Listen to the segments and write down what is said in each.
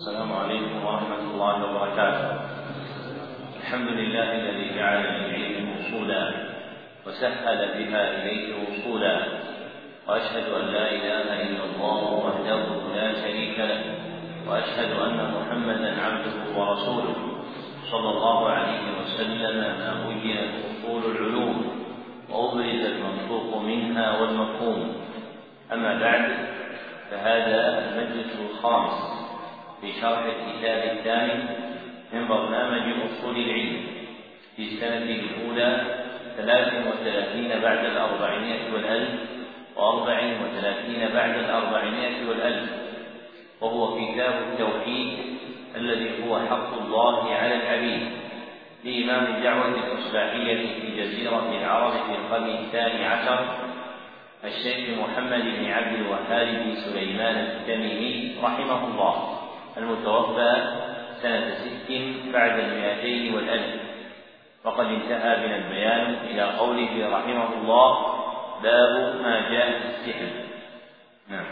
السلام عليكم ورحمة الله وبركاته. الحمد لله الذي جعل للعلم وصولا وسهل بها إليه وصولا، وأشهد أن لا إله إلا الله وحده لا شريك له، وأشهد أن محمدا عبده ورسوله صلى الله عليه وسلم ما بينت أصول العلوم وأبرز المنطوق منها والمفهوم. أما بعد، فهذا المجلس الخامس في شرح الكتاب الثاني من برنامج أصول العلم في السنة الأولى 33 بعد 400 والألف و34 بعد 400 والألف، وهو كتاب التوحيد الذي هو حق الله على العبيد لإمام الدعوة الإصلاحية في جزيرة العرب في القرن الثاني عشر الشيخ محمد بن عبد الوهاب بن سليمان التميمي رحمه الله، المتوفى سنة 6 بعد 200 والألف. وقد انتهى بنا البيان إلى قوله رحمه الله: باب ما جاء في السحر. نعم.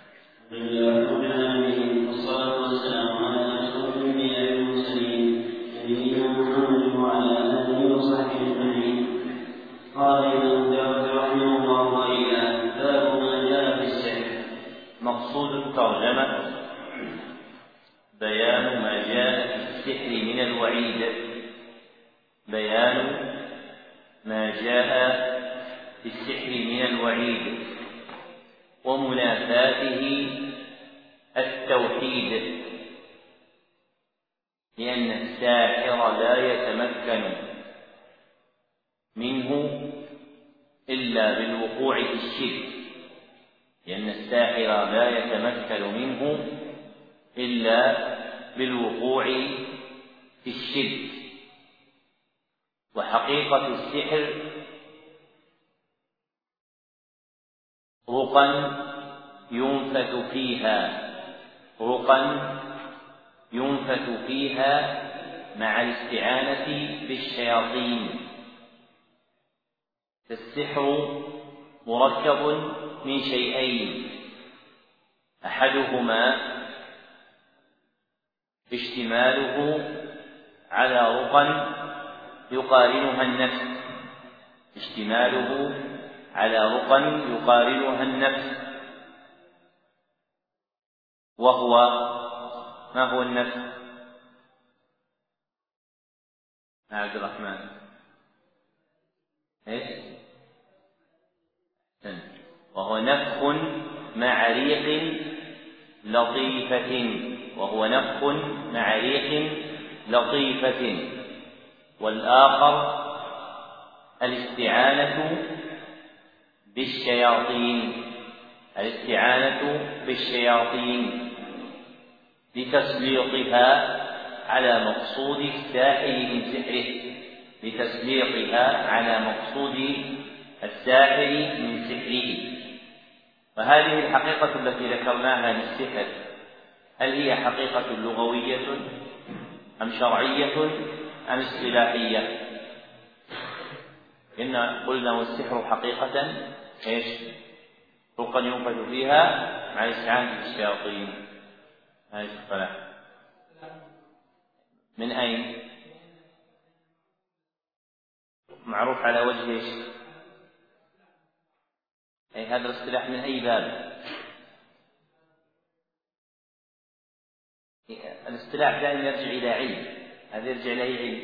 والصلاة والسلام على أشرف الأنبياء والمرسلين نبينا محمد وعلى آله وصحبه أجمعين. قال ابن داود رحمه الله وإياه: باب ما جاء في السحر. مقصود الترجمة بيان ما جاء في السحر من الوعيد، بيان ما جاء في السحر من الوعيد ومنافاته التوحيد، لأن الساحر لا يتمكن منه إلا بالوقوع في الشرك، لأن الساحر لا يتمكن منه إلا بالوقوع في الشرك. وحقيقة السحر رقى ينفث فيها مع الاستعانة بالشياطين. فالسحر مركب من شيئين: أحدهما اشتماله على رقى يقارنها النفس، وهو ما هو النفس؟ عبد الرحمن وهو نفخ مع ريح لطيفة، والآخر الاستعانة بالشياطين لتسليطها على مقصود الساحر من سحره. وهذه الحقيقة التي ذكرناها للسحر، هل هي حقيقة لغوية أم شرعية أم اصطلاحية؟ إن قلنا والسحر حقيقة رقى ينفث فيها مع الاستعانة بالشياطين. هذه الصلاة من أين؟ معروف على وجه هذا الاصطلاح من أي باب؟ الاصطلاح دائما يرجع إلى علم، هذا يرجع إلى علم.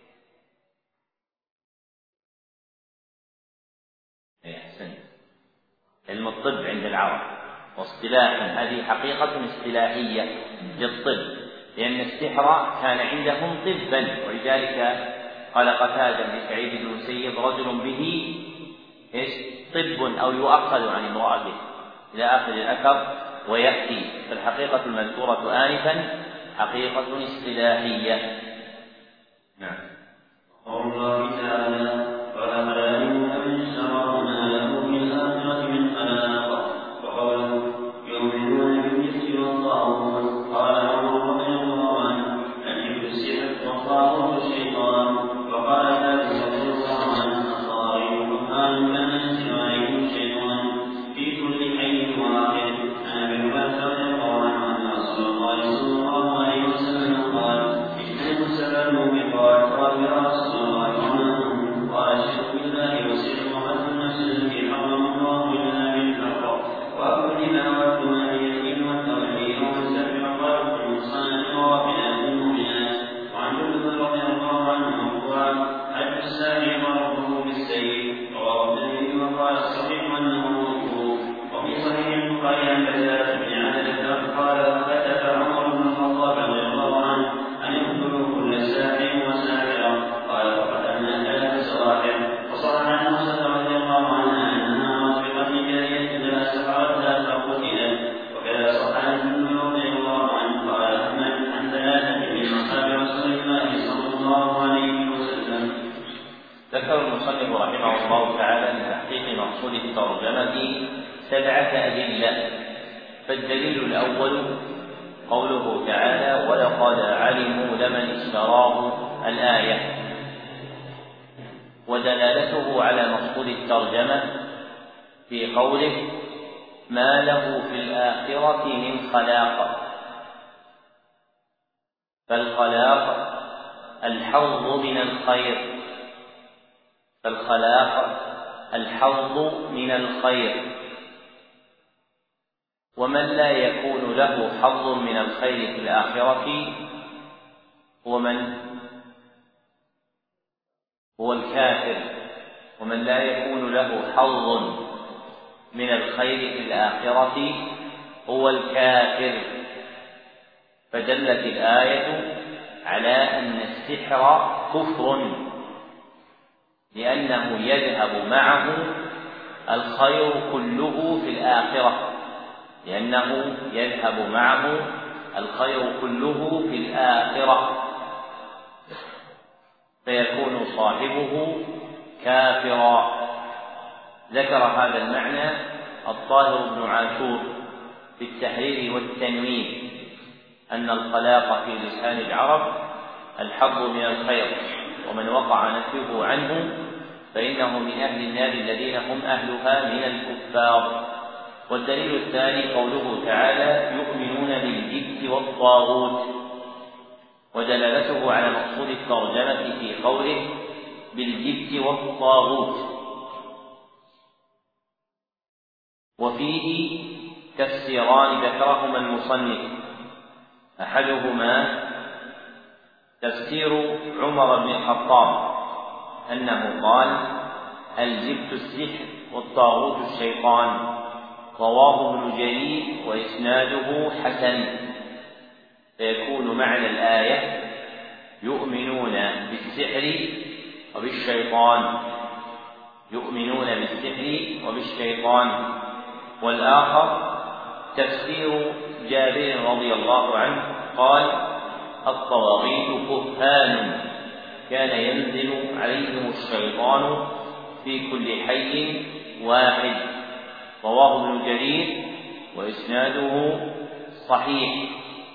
أحسن. علم الطب عند العرب، واصطلاحا هذه حقيقة اصطلاحية للطب، لأن السحر كان عندهم طبا، ولذلك قال قتادة لسعيد بن المسيب: رجل به طب أو يؤخذ عن امرأته، إلى آخر الأثر ويأتي. فالحقيقة المذكورة آنفا حقيقة اصطلاحية. نعم. الله تعالى: ولقد علمت من اشتراه له في الآخرة من خلاق. وقوله: يؤمنون بالجبت والطاغوت. قال عمر رضي الله عنه: الجبت السحر والطاغوت الشيطان. وقال ذلك رضي الله عنه: الطاغوت كفار كان ينزل عليهم الشيطان في كل حي واحد. عن ابي هريرة رضي الله عنه أن رسول الله صلى الله فقالوا يا رسول الله وما قال الشرك بالله والسحر وقتل النفس التي حرم الله الا بالحق واكل ما واتم اليمين والتولي والسحر وقال كل صنم ووافله المؤمنات. وعن جبل رضي الله عنه مرفوعا حج الساعي وربه بالسيف رواه النبي وقال الصحيح انه موقوف. وفي صحيح البخاري عن بزاز بن عدد قال كتب عمر بن الخطاب رضي الله عنه ان يقتلوا كل ساحر وساحره قال فقتلنا 3 سواحر. وصح عن موسى رضي الله عنها انها امرت بقتل جاريه لها سحرتها فقتلت. وكذا صح عن ابن رضي الله عنه قال احمد عن 3 من اصحاب رسول الله صلى الله عليه وسلم. ذكر المصنف رحمه الله تعالى لتحقيق مقصود الترجمه 7 أدلة. فالدليل الأول قوله تعالى ولقد علموا لمن اشتراه الآية، ودلالته على مقصود الترجمة في قوله ما له في الآخرة من خلاق. فالخلاق الحظ من الخير، فالخلاق الحظ من الخير، ومن لا يكون له حظ من الخير في الآخرة هو الكافر. ومن لا يكون له حظ من الخير في الآخرة هو الكافر. فدلت الآية على أن السحر كفر، لأنه يذهب معه الخير كله في الآخرة، لأنه يذهب معه الخير كله في الآخرة، فيكون صاحبه كافرا. ذكر هذا المعنى الطاهر بن عاشور في التحرير والتنوين أن الخلاق في لسان العرب الحظ من الخير، ومن وقع نفيه عنه فإنه من أهل النار الذين هم أهلها من الكفار. والدليل الثاني قوله تعالى يؤمنون بالجبت والطاغوت، ودلالته على مقصود الترجمة في قوله بالجبت والطاغوت. وفيه تفسيران ذكرهما المصنف، أحدهما تفسير عمر بن الخطاب أنه قال الجبت السحر والطاغوت الشيطان، رواه ابن جرير وإسناده حسن. فيكون معنى الآية يؤمنون بالسحر وبالشيطان، يؤمنون بالسحر وبالشيطان. والآخر تفسير جابر رضي الله عنه قال الطواغيت كهان كان ينزل عليهم الشيطان في كل حي واحد، رواه ابن جرير وإسناده صحيح.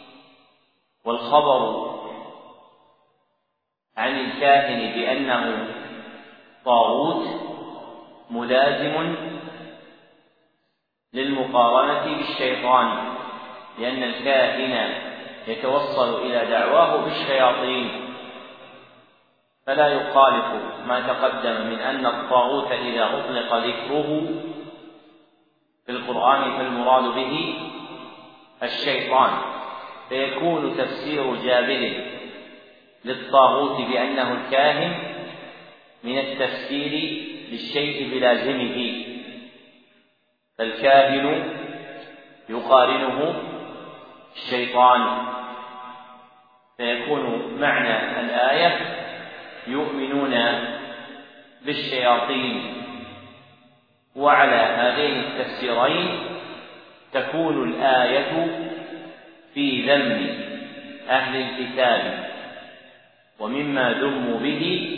والخبر عن الكاهن بأنه طاغوت ملازم للمقارنة بالشيطان، لأن الكاهن يتوصل إلى دعواه بالشياطين، فلا يخالف ما تقدم من أن الطاغوت إذا أطلق ذكره في القرآن فالمراد به الشيطان. فيكون تفسير جابر للطاغوت بأنه الكاهن من التفسير للشيء بلازمه، فالكاهن يقارنه الشيطان. فيكون معنى الآية يؤمنون بالشياطين. وعلى هذين التفسيرين تكون الآية في ذم أهل الكتاب، ومما ذموا به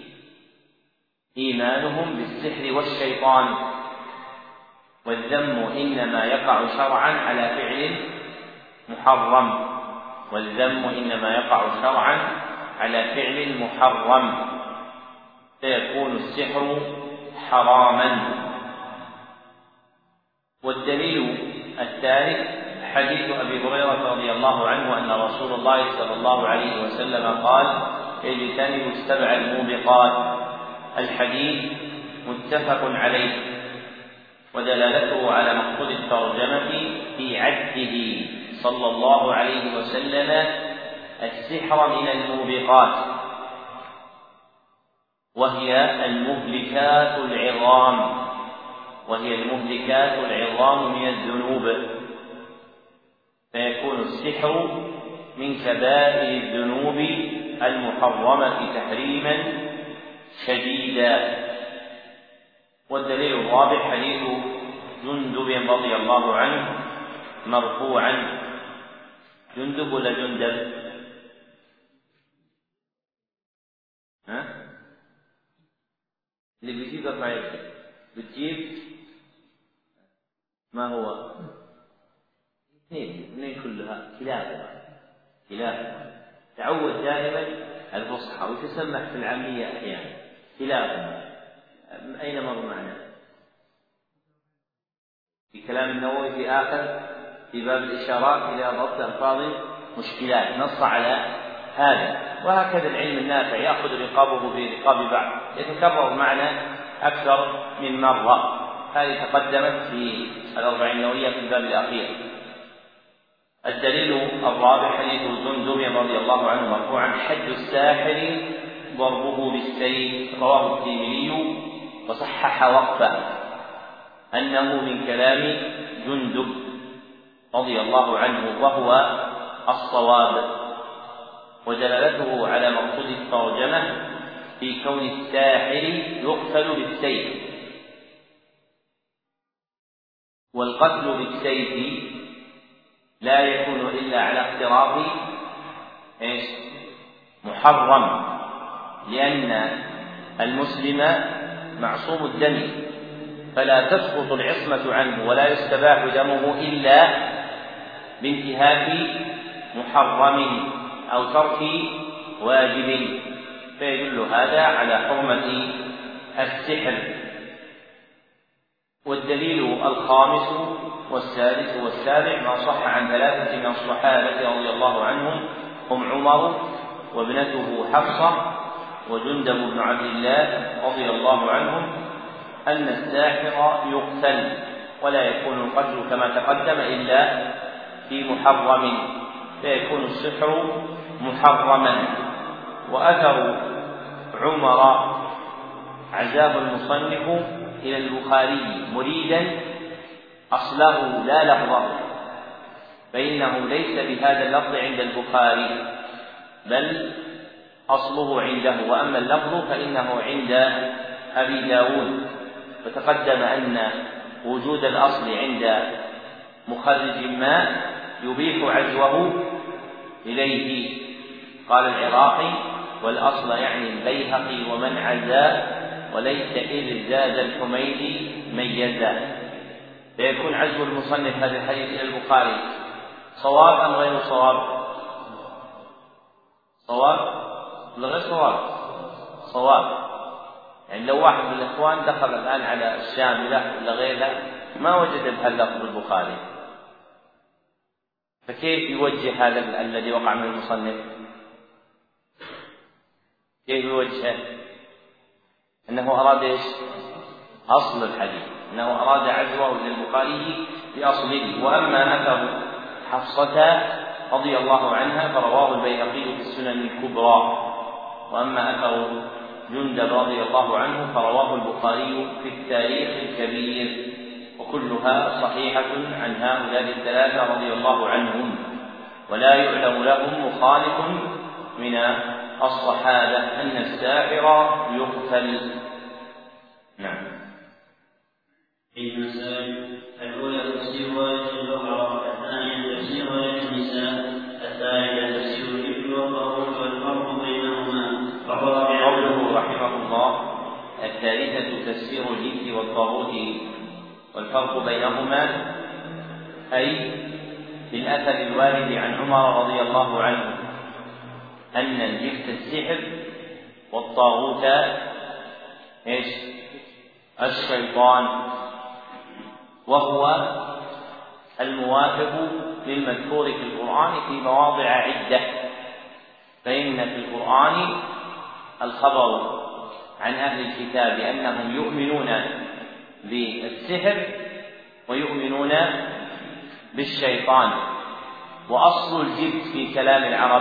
إيمانهم بالسحر والشيطان. والذم إنما يقع شرعا على فعل محرم، والذم إنما يقع شرعا على فعل محرم، فيكون السحر حراما. والدليل الثالث حديث أبي هريرة رضي الله عنه أن رسول الله صلى الله عليه وسلم قال يجتنب السبع الموبقات. الحديث متفق عليه، ودلالته على مقصود الترجمة في عده صلى الله عليه وسلم السحر من الموبقات، وهي المهلكات العظام من الذنوب، فيكون السحر من كبائر الذنوب المحرمة تحريما شديدا. والدليل الرابع حديث جندب رضي الله عنه مرفوعا. جندب ولا جندب؟ اللي بيجيب ارفع بتجيب ما هو اثنين كلها كلاهما تعود دائما الفصحى وتسمح في العامية أحيانا كلاهما. أين مر معنا في كلام النووي في آخر في باب الإشارات إلى ضبط ألفاظ مشكلات نص على هذا. وهكذا العلم النافع يأخذ رقابه برقاب بعض، يتكرر معنا أكثر من مرة. هذه تقدمت في الأربعين النووية في الباب الأخير. الدليل الرابع حديث جندب رضي الله عنه مرفوعا: حد الساحر ضربه بالسيف. رواه الترمذي وصحح وقفه أنه من كلام جندب رضي الله عنه وهو الصواب، ودلالته على مقصود الترجمة في كون الساحر يقتل بالسيف. والقتل بالسيف لا يكون إلا على اقتراف محرم، لأن المسلم معصوم الدم، فلا تسقط العصمة عنه ولا يستباح دمه إلا بانتهاك محرم أو ترك واجب، فيدل هذا على حرمة السحر. والدليل الخامس والسادس والسابع ما صح عن ثلاثة من الصحابة رضي الله عنهم هم عمر وابنته حفصة وجندب بن عبد الله رضي الله عنهم أن الساحر يقتل ولا يكون القتل كما تقدم إلا في محرم، فيكون السحر محرما. وأثر عمر عزاه المصنف إلى البخاري مريدا أصله لا لفظه، فإنه ليس بهذا اللفظ عند البخاري بل أصله عنده، وأما اللفظ فإنه عند أبي داود. وتقدم أن وجود الأصل عند مخرج ما يبيح عزوه إليه. قال العراقي: والأصل يعني البيهقي ومن عزاه، وليس إذ زاد الحميدي ميزا. فيكون عزو المصنف هذا الحديث إلى البخاري صواب أم غير صواب؟ صواب ولا غير صواب؟ صواب. يعني لو واحد من الإخوان دخل الآن على الشاملة ولا غيرها ما وجد بها اللفظ البخاري، فكيف يوجه هذا الذي وقع من المصنف؟ كيف يوجهه؟ أنه أراد إيش؟ أصل الحديث، أنه أراد عزوه للبخاري بأصله. وأما أثر حفصة رضي الله عنها فرواه البيهقي في السنن الكبرى، وأما أثر جندب رضي الله عنه فرواه البخاري في التاريخ الكبير، وكلها صحيحة عن هؤلاء الثلاثة رضي الله عنهم، ولا يعلم لهم مخالف من الصحابة أن الساحر يقتل. نعم. المسائل الأولى تفسير آية البقرة، الثانية تفسير آية النساء، الثالثة تفسير الإبل والطاغوت والفرق بينهما. قوله رحمه الله: الثالثة تفسير الجبت والطاغوت والفرق بينهما، أي في الأثر الوارد عن عمر رضي الله عنه أن الجبت السحر والطاغوت إيش؟ الشيطان، وهو الموافق للمذكور في القرآن في مواضع عدة. فإن في القرآن الخبر عن أهل الكتاب أنهم يؤمنون بالسحر ويؤمنون بالشيطان. وأصل الجبت في كلام العرب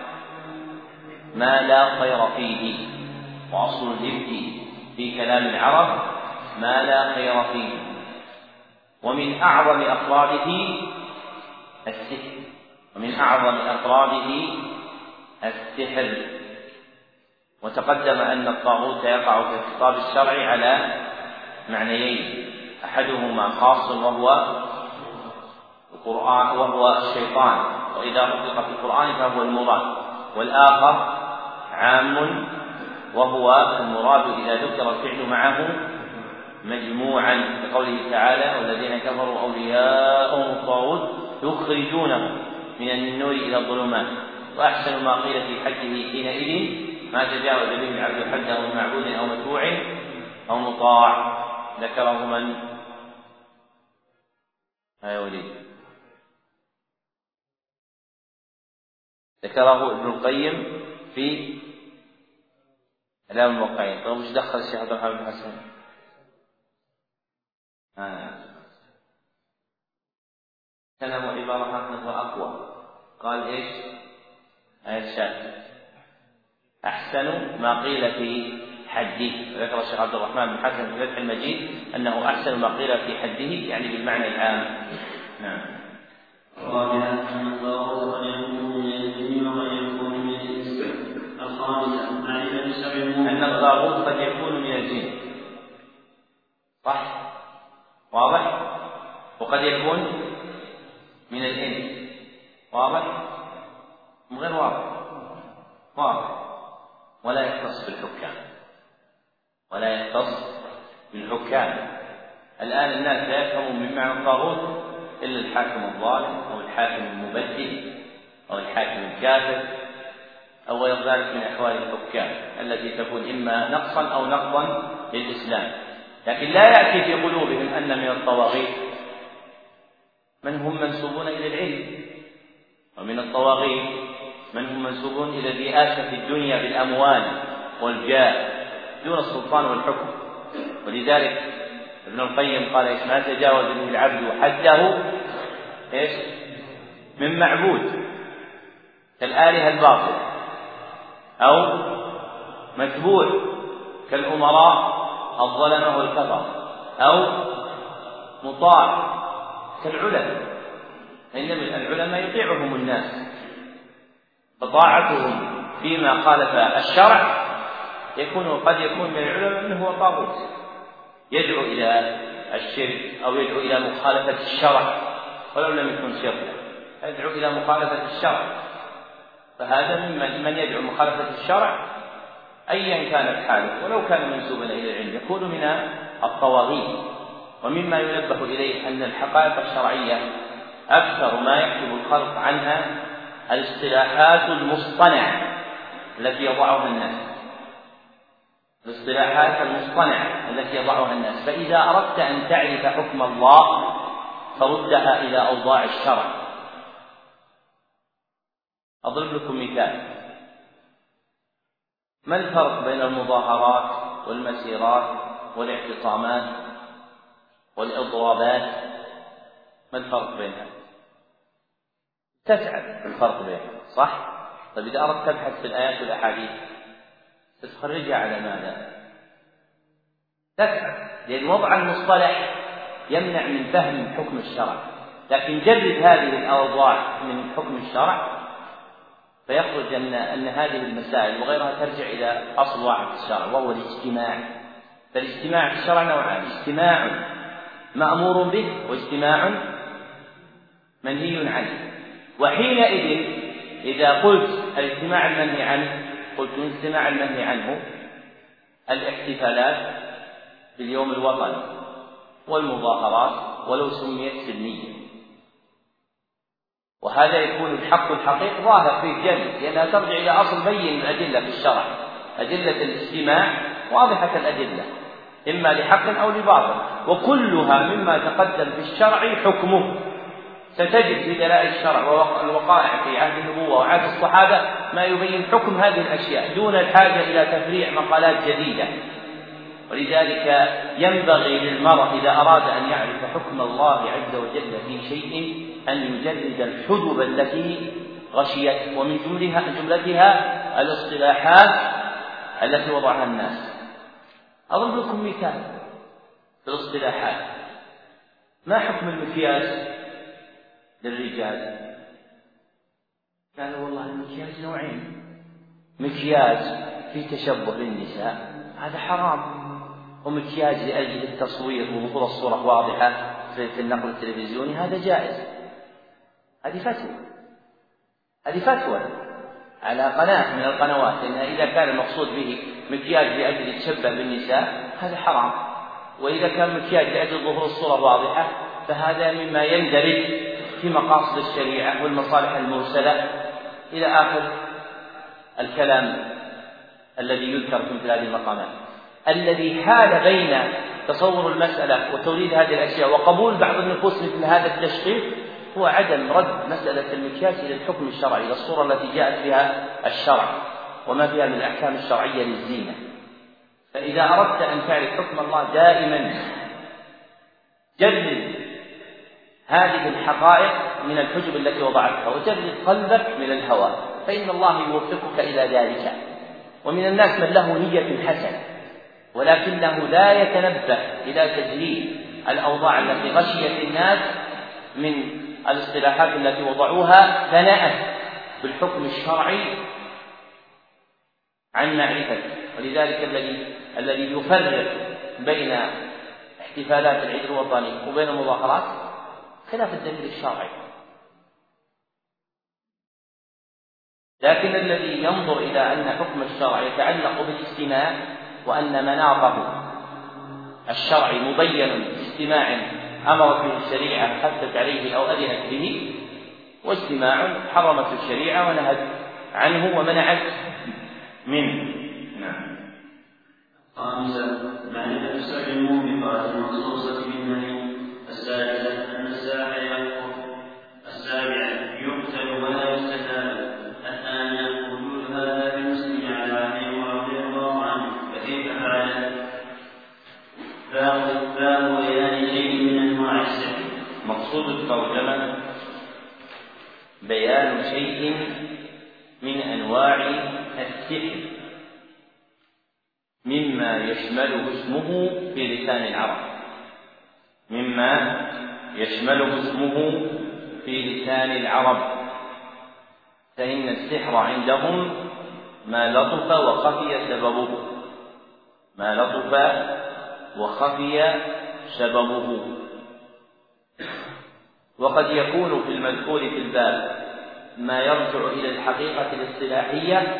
ما لا خير فيه، وأصل الجبت في كلام العرب ما لا خير فيه، ومن أعظم أفراده السحر، ومن أعظم أفراده السحر. وتقدم أن الطاغوت يقع في الخطاب الشرعي على معنيين، أحدهما خاص وهو القرآن وهو الشيطان، وإذا أطلق في القرآن فهو المراد، والآخر عام وهو المراد إذا ذكر الفعل معه مجموعا، لقوله تعالى والذين كفروا أولياءهم الطاغوت يخرجونهم من النور إلى الظلمات وأحسن ما قيل في حجه حينئذ ما تجاوز به العبد حده من معبود أو متبوع أو مطاع. ذكره من؟ يا وليد، ذكره ابن القيم في إعلام الموقعين. طيب مش دخل الشيخ عبد الرحمن بن حسن؟ كلام عبارة هكذا أقوى. قال إيش؟ آية شاذ أحسن ما قيل في حده. ذكر الشيخ عبد الرحمن بن حسن في فتح المجيد أنه أحسن ما قيل في حده يعني بالمعنى العام. نعم. أن الطاغوت قد يكون من الجن، صح؟ واضح؟ وقد يكون من الإنس، واضح؟ غير واضح؟ واضح. ولا يختص بالحكام، ولا يختص بالحكام. الآن الناس لا يفهمون من معنى الطاغوت إلا الحاكم الظالم أو الحاكم المبدل أو الحاكم الكافر أو غير ذلك من أحوال الحكام التي تكون إما نقصا أو نقضا للإسلام. لكن لا يأتي في قلوبهم أن من الطواغيت من هم منسوبون إلى العلم، ومن الطواغيت من هم منسوبون إلى الرئاسة في الدنيا بالأموال والجاه دون السلطان والحكم. ولذلك ابن القيم قال ما تجاوز به العبد حده إيش؟ من معبود كالآلهة الباطلة، أو متبوع كالأمراء الظلمة والكفر، أو مطاع كالعلماء، إنما العلماء يطيعهم الناس، فطاعتهم فيما خالف الشرع قد يكون من العلماء من هو طاغوت يدعو إلى الشرك أو يدعو إلى مخالفة الشرع ولو لم يكن شركا، يدعو إلى مخالفة الشرع. فهذا من يدعو مخالفة الشرع أيا كانت حاله ولو كان منسوبا إلى العلم يكون من الطواغيت. ومما ينبه إليه أن الحقائق الشرعية أكثر ما يكتب الخلق عنها الاصطلاحات المصطنعة التي يضعها الناس، الاصطلاحات المصطنعة التي يضعها الناس. فإذا أردت أن تعرف حكم الله فردها إلى أوضاع الشرع. أضرب لكم مثال. ما الفرق بين المظاهرات والمسيرات والاعتصامات والإضرابات؟ ما الفرق بينها؟ تسعد الفرق بينها، صح؟ طيب إذا أردت تبحث في الآيات والأحاديث تتخرجها على ماذا؟ تسعد، لأن وضع المصطلح يمنع من فهم حكم الشرع. لكن جرد هذه الأوضاع من حكم الشرع فيخرج أن هذه المسائل وغيرها ترجع إلى أصل واحد في الشرع وهو الاجتماع. فالاجتماع في الشرع نوعان: اجتماع مأمور به واجتماع منهي عنه. وحينئذ إذا قلت الاجتماع المنهي عنه قلت الاجتماع المنهي عنه الاحتفالات باليوم الوطني والمظاهرات ولو سميت سلمية، وهذا يكون الحق الحقيقي ظاهر في الجل لأنها ترجع إلى أصل بين الأدلة في الشرع. أدلة الاجتماع واضحة الأدلة إما لحق أو لباطل، وكلها مما تقدم في الشرع حكمه ستجد في دلائل الشرع والوقائع في عهد النبوة وعهد الصحابة ما يبين حكم هذه الأشياء دون الحاجة إلى تفريع مقالات جديدة. ولذلك ينبغي للمرء إذا أراد أن يعرف حكم الله عز وجل في شيء أن يجرد الحدب التي غشيت، ومن جملتها الاصطلاحات التي وضعها الناس. أضرب لكم مثال في الاصطلاحات. ما حكم المكياج للرجال؟ قالوا والله المكياج نوعين، مكياج في تشبه بالنساء هذا حرام، ومكياج لأجل التصوير وظهور الصورة واضحة في النقل التلفزيوني هذا جائز. هذه فتوى على قناة من القنوات إنها إذا كان المقصود به مكياج لأجل التشبه بالنساء هذا حرام، وإذا كان مكياج لأجل ظهور الصورة واضحة فهذا مما يندرج في مقاصد الشريعة والمصالح المرسلة إلى آخر الكلام الذي يذكر في مثل هذه المقامات. الذي حال بين تصور المسألة وتوليد هذه الأشياء وقبول بعض النفوس مثل هذا التشخيص هو عدم رد مسألة المكياج إلى الحكم الشرعي، إلى الصورة التي جاءت بها الشرع وما فيها من الأحكام الشرعية للزينة. فإذا أردت أن تعرف حكم الله دائما جرد هذه الحقائق من الحجب التي وضعتها، وجرد قلبك من الهوى، فإن الله يوفقك إلى ذلك. ومن الناس من له نية حسنة ولكنه لا يتنبه إلى تجريد الأوضاع التي غشيت الناس من الاصطلاحات التي وضعوها ثناء بالحكم الشرعي عن معرفته. ولذلك الذي يفرق بين احتفالات العيد الوطني وبين المظاهرات خلاف الدليل الشرعي. لكن الذي ينظر إلى أن حكم الشرع يتعلق بالاجتماع وأن مناطه الشرعي مبين باجتماع أمرت به الشريعة حثت عليه أو أذنت به، واجتماع حرمت الشريعة ونهت عنه ومنعت منه. نعم. خامسا معرفة السبع الموبقات المخصوصة بالنهي. السادسة أن الساحر يكفر. السابعة يقتل ولا يستتاب. الثانية وجود هذا في المسلم على علي رضي الله عنه فكيف فعل؟ باب بيان شيء من انواع السحر. مقصود الترجمة بيان شيء من انواع السحر مما يشمله اسمه في لسان العرب، مما يشمله اسمه في لسان العرب. فإن السحر عندهم ما لطف وخفي سببه، ما لطف وخفي سببه. وقد يكون في المذكور في الباب ما يرجع إلى الحقيقة الاصطلاحية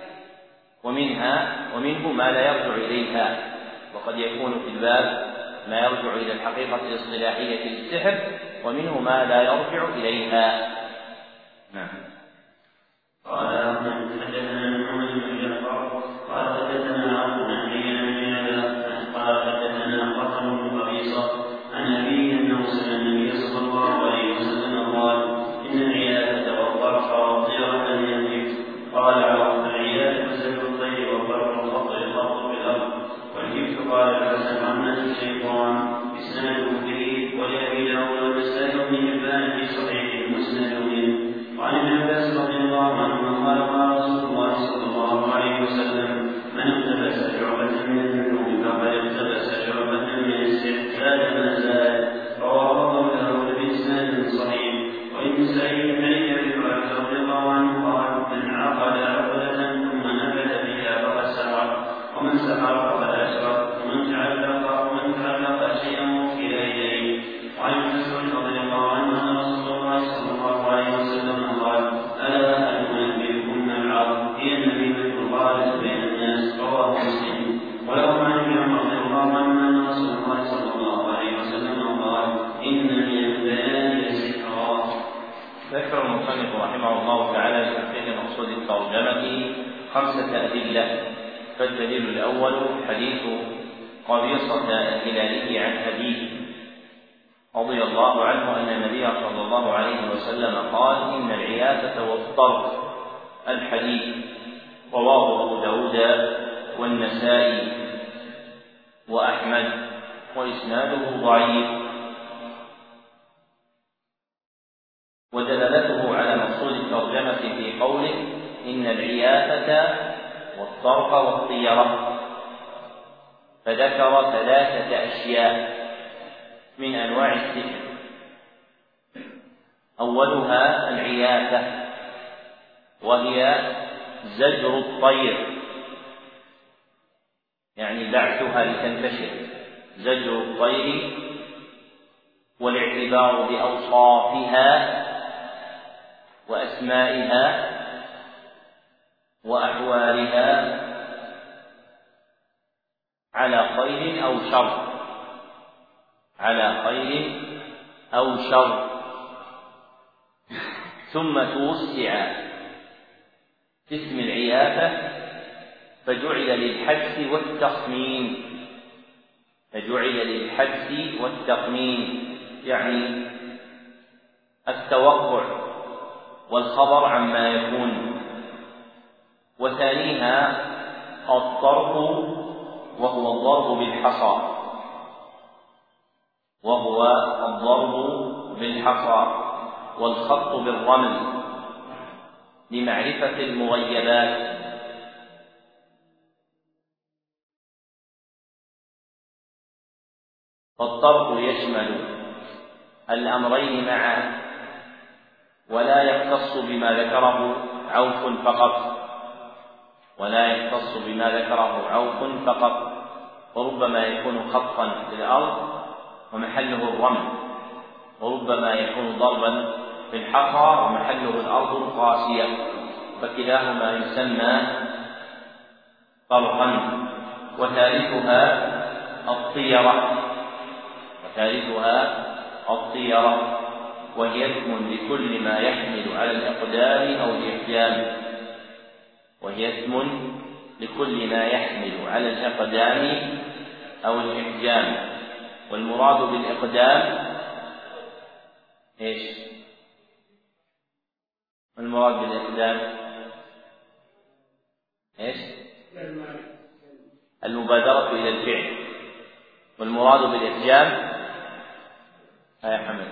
ومنه ما لا يرجع إليها. وقد يكون في الباب ما يرجع إلى الحقيقة الاصطلاحية للسحر ومنه ما لا يرجع إليها. نعم. قال حدثنا محمد بن جعفر قال حدثنا عبد قال حدثنا قاسم بن قبيصة عن أبيه أنه سمع النبي صلى الله عليه وسلم قال إن العيادة والطرح والطيرة لم يملك. قال العيادة سلب الطير والطرح والخط الخط في الأرض والجبت. قال الحسن عمة الشيطان إسناده كريم ولأبي داود والنسائي بن حبان في صحيح مسند منه. وعن ابن عباس رضي الله عنهما قال قال رسول الله صلى الله عليه وسلم من اقتبس شعبة من النجوم فقد اقتبس شعبة من السحر زاد ما زاد. رواه أبو داود بإسناد صحيح. وابن سعيد بن أبي هريرة رضي الله عنه قال من عقد عقدة ثم نفذ بها فقد سحر، ومن سحر فقد أشرك، ومن تعلق شيئا وكل إليه. وعن ابن مسعود رضي الله عنه أن رسول الله صلى الله عليه وسلم قال ألا أنبئكم العرب هي النميمة الغالبة بين الناس. رواه مسلم. وله عن ابن عمر رضي الله عنه أن رسول الله صلى الله عليه وسلم قال إن من البيان لسحرا. ذكر المصنف رحمه الله تعالى لتحقيق مقصود الترجمة 5 أدلة. فالدليل الأول حديث قبيصة الهلالي عن أبيه رضي الله عنه أن النبي صلى الله عليه وسلم قال: إن العيافة والطرق. الحديث رواه أبو داود والنسائي وأحمد وإسناده ضعيف، ودلالته على مقصود الترجمة في قوله: إن العيافة والطرق والطيرة، فذكر 3 أشياء من أنواع السحر. أولها العيافة، وهي زجر الطير، يعني بعثها لتنتشر، زجر الطير، والاعتبار بأوصافها وأسمائها وأحوالها على خير أو شر، على خير أو شر. ثم توسع في اسم العيافة فجعل للحدس والتخمين، فجعل للحدس والتخمين، يعني التوقع والخبر عما يكون. وثانيها الطرق، وهو الضرب بالحصى، وهو الضرب بالحصى، والخط بالرمل لمعرفة المغيبات. فالطرق يشمل الأمرين معا، ولا يختص بما ذكره عوف فقط، ولا يختص بما ذكره عوف فقط، وربما يكون خطا في الأرض ومحله الرمل، وربما يكون ضربا في الحصى ومحله الأرض القاسية، فكلاهما يسمى طرقا. وثالثها الطيرة، وهي اسم لكل ما يحمل على الإقدام أو الإحجام، وهي اسم لكل ما يحمل على الإقدام أو الإحجام. والمراد بالإقدام إيش؟ المراد بالإقدام إيش؟ المبادرة إلى الفعل. والمراد بالإحجام يا حمد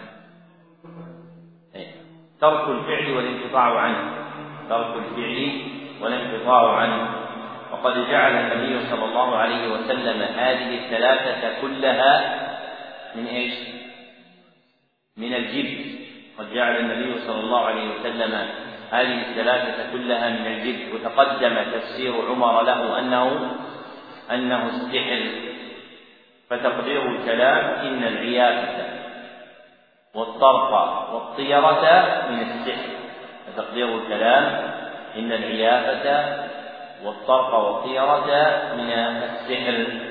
ترك الفعل والانقطاع عنه، ترك الفعل والانقطاع عنه. وقد جعل النبي صلى الله عليه وسلم هذه 3 كلها من إيش؟ من الجبت. قد جعل النبي صلى الله عليه وسلم هذه 3 كلها من الجبت. وتقدم تفسير عمر له أنه السحر، فتقدير الكلام: إن العيافة والطرق والطيرة من السحر. فتقدير الكلام: إن العيافة والطرق والطيرة من السحر.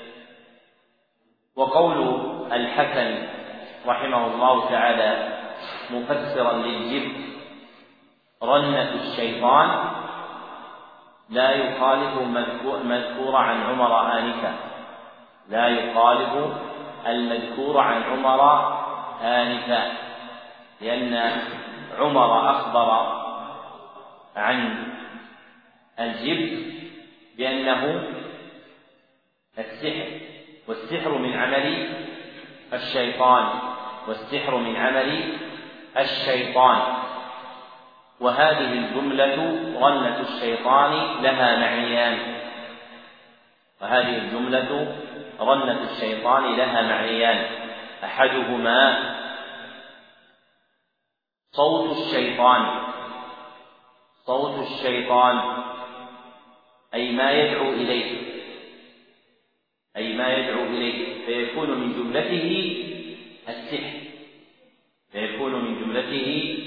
وقول الحسن رحمه الله تعالى مفسرا للجبت: رنة الشيطان، لا يخالف المذكور عن عمر آنفا، لا يخالف المذكور عن عمر آنفا، لأن عمر أخبر عن الجبت بأنه السحر، والسحر من عمل الشيطان، والسحر من عمل الشيطان. وهذه الجملة رنة الشيطان لها معنيان، وهذه الجملة رنة الشيطان لها معنيان: أحدهما صوت الشيطان، صوت الشيطان أي ما يدعو إليه، أي ما يدعو إليه، فيكون من جملته السحر، فيكون من جملته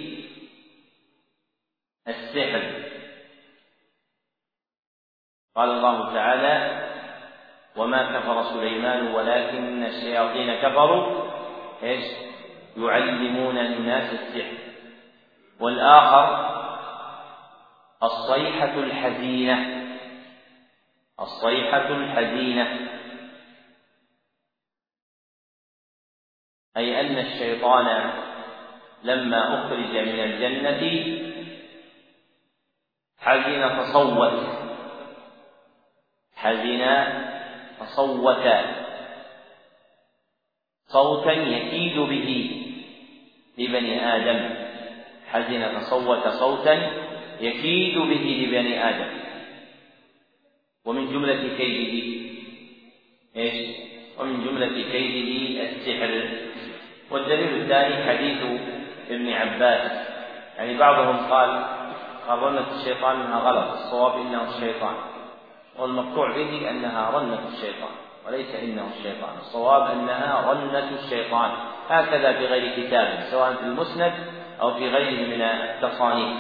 السحر. قال الله تعالى: وما كفر سليمان ولكن الشياطين كفروا ايش؟ يعلمون الناس السحر. والآخر الصيحة الحزينة، الصيحة الحزينة أي أن الشيطان لما أخرج من الجنة حزن فصوت صوتا يكيد به لبني آدم، حزن فصوت صوتا يكيد به لبني آدم. ومن جملة كيده ومن جملة كيده السحر. والدليل الثاني حديث ابن عباس، يعني بعضهم قال رنة الشيطان انها غلط، الصواب انه الشيطان، والمقطوع به انها رنة الشيطان وليس انه الشيطان، الصواب انها رنة الشيطان، هكذا في غير كتاب سواء في المسند او في غيره من التصانيف.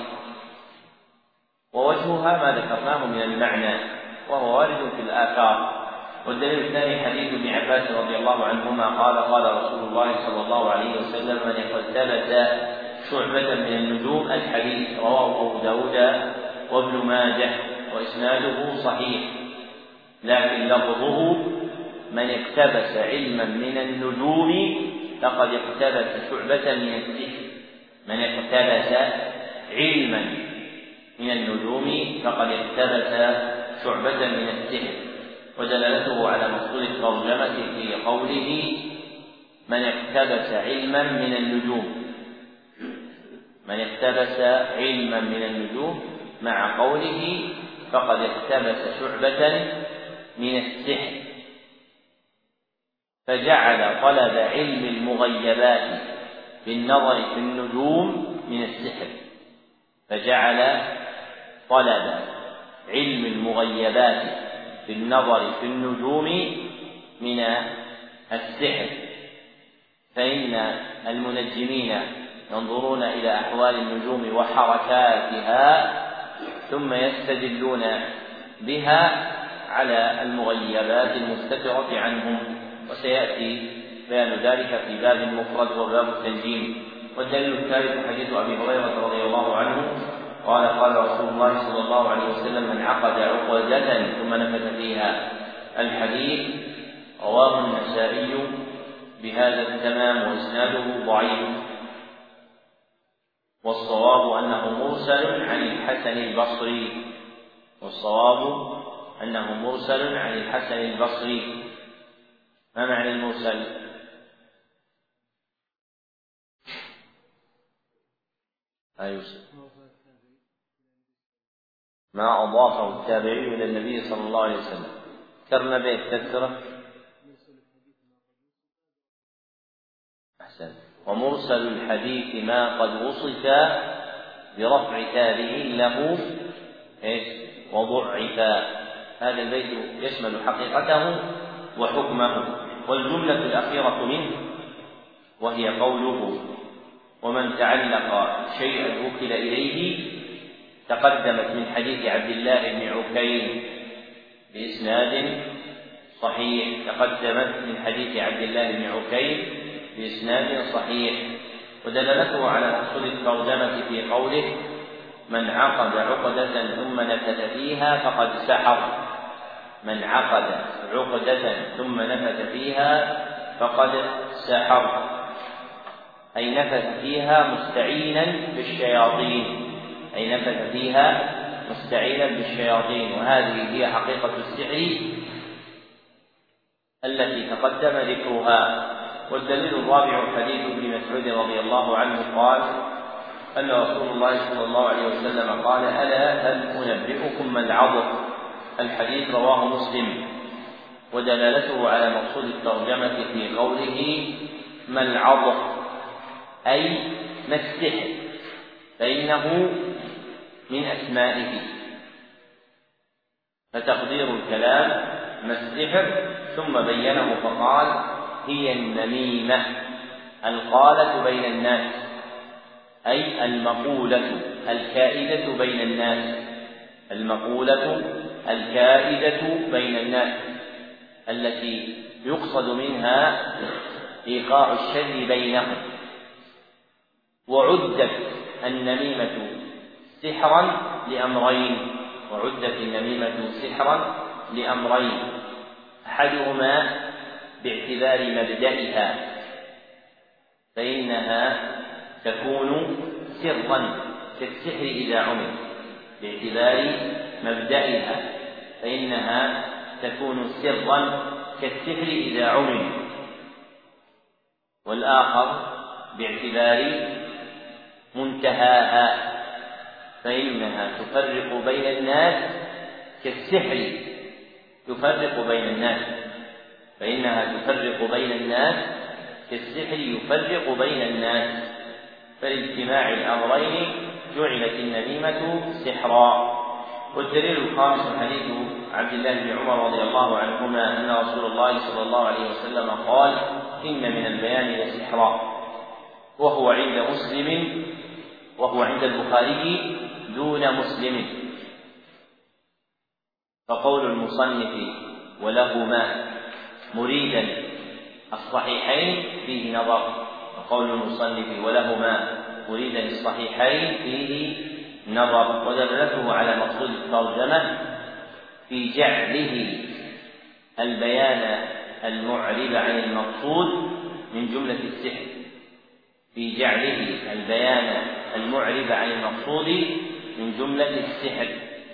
ووجهها ما ذكرناه من المعنى وهو وارد في الآثار. والدليل الثاني حديث ابن عباس رضي الله عنهما قال قال رسول الله صلى الله عليه وسلم من اقتبس شعبة من النجوم، الحديث رواه أبو داود وابن ماجه وإسناده صحيح، لكن لفظه من اقتبس علما من النجوم فقد اقتبس شعبة من السحر. من اقتبس علما من النجوم فقد اقتبس شعبة من السحر. ودلالته على مقصود الترجمة في قوله من اقتبس علما من النجوم، من اقتبس علما من النجوم مع قوله فقد اقتبس شعبة من السحر، فجعل طلب علم المغيبات بالنظر في النجوم من السحر، فجعل طلب علم المغيبات بالنظر في النجوم من السحر. فإن المنجمين ينظرون إلى أحوال النجوم وحركاتها ثم يستدلون بها على المغيبات المستترة عنهم، وسيأتي بيان ذلك في باب المفرد وباب التنجيم. والدليل الثالث حديث أبي هريرة رضي الله عنه قال قال رسول الله صلى الله عليه وسلم من عقد عقدة ثم نفث فيها، الحديث رواه النسائي بهذا التمام وإسناده ضعيف، والصواب أنه مرسل عن الحسن البصري، والصواب أنه مرسل عن الحسن البصري. ما معنى المرسل؟ ما أضافه التابعي إلى النبي صلى الله عليه وسلم. ذكرنا به التذكرة. أحسن. ومرسل الحديث ما قد وصف برفع تابع له وضعف. هذا البيت يشمل حقيقته وحكمه. والجملة الأخيرة منه وهي قوله ومن تعلق شيئا وكل إليه، تقدمت من حديث عبد الله بن عكيم بإسناد صحيح، تقدمت من حديث عبد الله بن عكيم بإسناد صحيح. ودلالته على مقصود الترجمة في قوله من عقد عقدة ثم نفث فيها فقد سحر. من عقد عقدة ثم نفث فيها فقد سحر، أي نفث فيها مستعينا بالشياطين، أي نفث فيها مستعينا بالشياطين. وهذه هي حقيقة السحر التي تقدم ذكرها. والدليل الرابع حديث ابن مسعود رضي الله عنه قال أن رسول الله صلى الله عليه وسلم قال ألا هل أنبئكم ما العضد؟ الحديث رواه مسلم. ودلالته على مقصود الترجمة في قوله ما العضد أي ما السحر، فإنه من أسمائه، فتقدير الكلام ما السحر، ثم بينه فقال هي النميمة القالة بين الناس، أي المقولة الكائدة بين الناس، المقولة الكائدة بين الناس التي يقصد منها إيقاع الشر بينهم. وعدت النميمة سحرا لأمرين، وعدت النميمة سحرا لأمرين، أحدهما باعتبار مبدئها، فإنها تكون سرا كالسحر إذا عمل، باعتبار مبدئها فإنها تكون سرا كالسحر إذا عمل، والآخر باعتبار منتهاها فإنها تفرق بين الناس كالسحر يفرق بين الناس، فإنها تفرق بين الناس كالسحر يفرق بين الناس، فلاجتماع الأمرين جعلت النميمة سحرا. والدليل الخامس حديث عبد الله بن عمر رضي الله عنهما أن رسول الله صلى الله عليه وسلم قال: إن من البيان لسحرا، وهو عند البخاري دون مسلم. فقول المصنف ولهما مريدا الصحيحين فيه نظر، وقول المصنف ولهما مريدا الصحيحين فيه نظر، ودلالته على مقصود الترجمة في جعله البيان المعرب عن المقصود من جملة السحر، في جعله البيان المعرب عن المقصود من جملة السحر.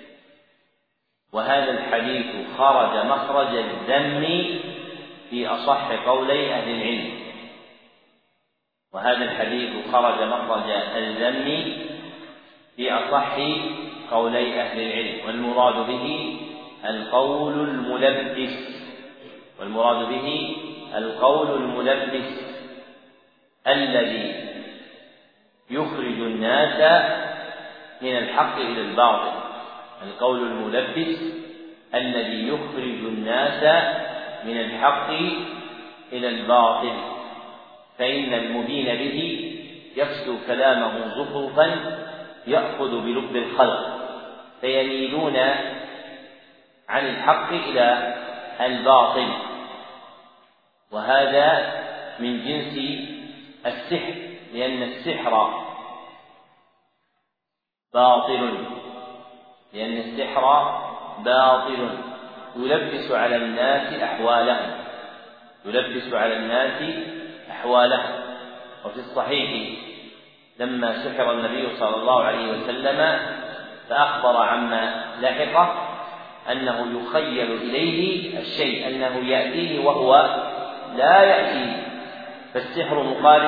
وهذا الحديث خرج مخرج الذم في أصح قولي أهل العلم، وهذا الحديث خرج مخرج الذم في أصح قولي أهل العلم، والمراد به القول الملبس الذي يخرج الناس من الحق إلى الباطل، القول الملبس الذي يخرج الناس من الحق إلى الباطل، فإن المبين به يفسو كلامه زخرفا يأخذ بلب الخلق، فيميلون عن الحق إلى الباطل، وهذا من جنس السحر، لأن السحر باطل يلبس على الناس أحوالهم. وفي الصحيح لما سحر النبي صلى الله عليه وسلم فأخبر عما لحقه أنه يخيل إليه الشيء، أنه يأتيه وهو لا يأتيه، فالسحر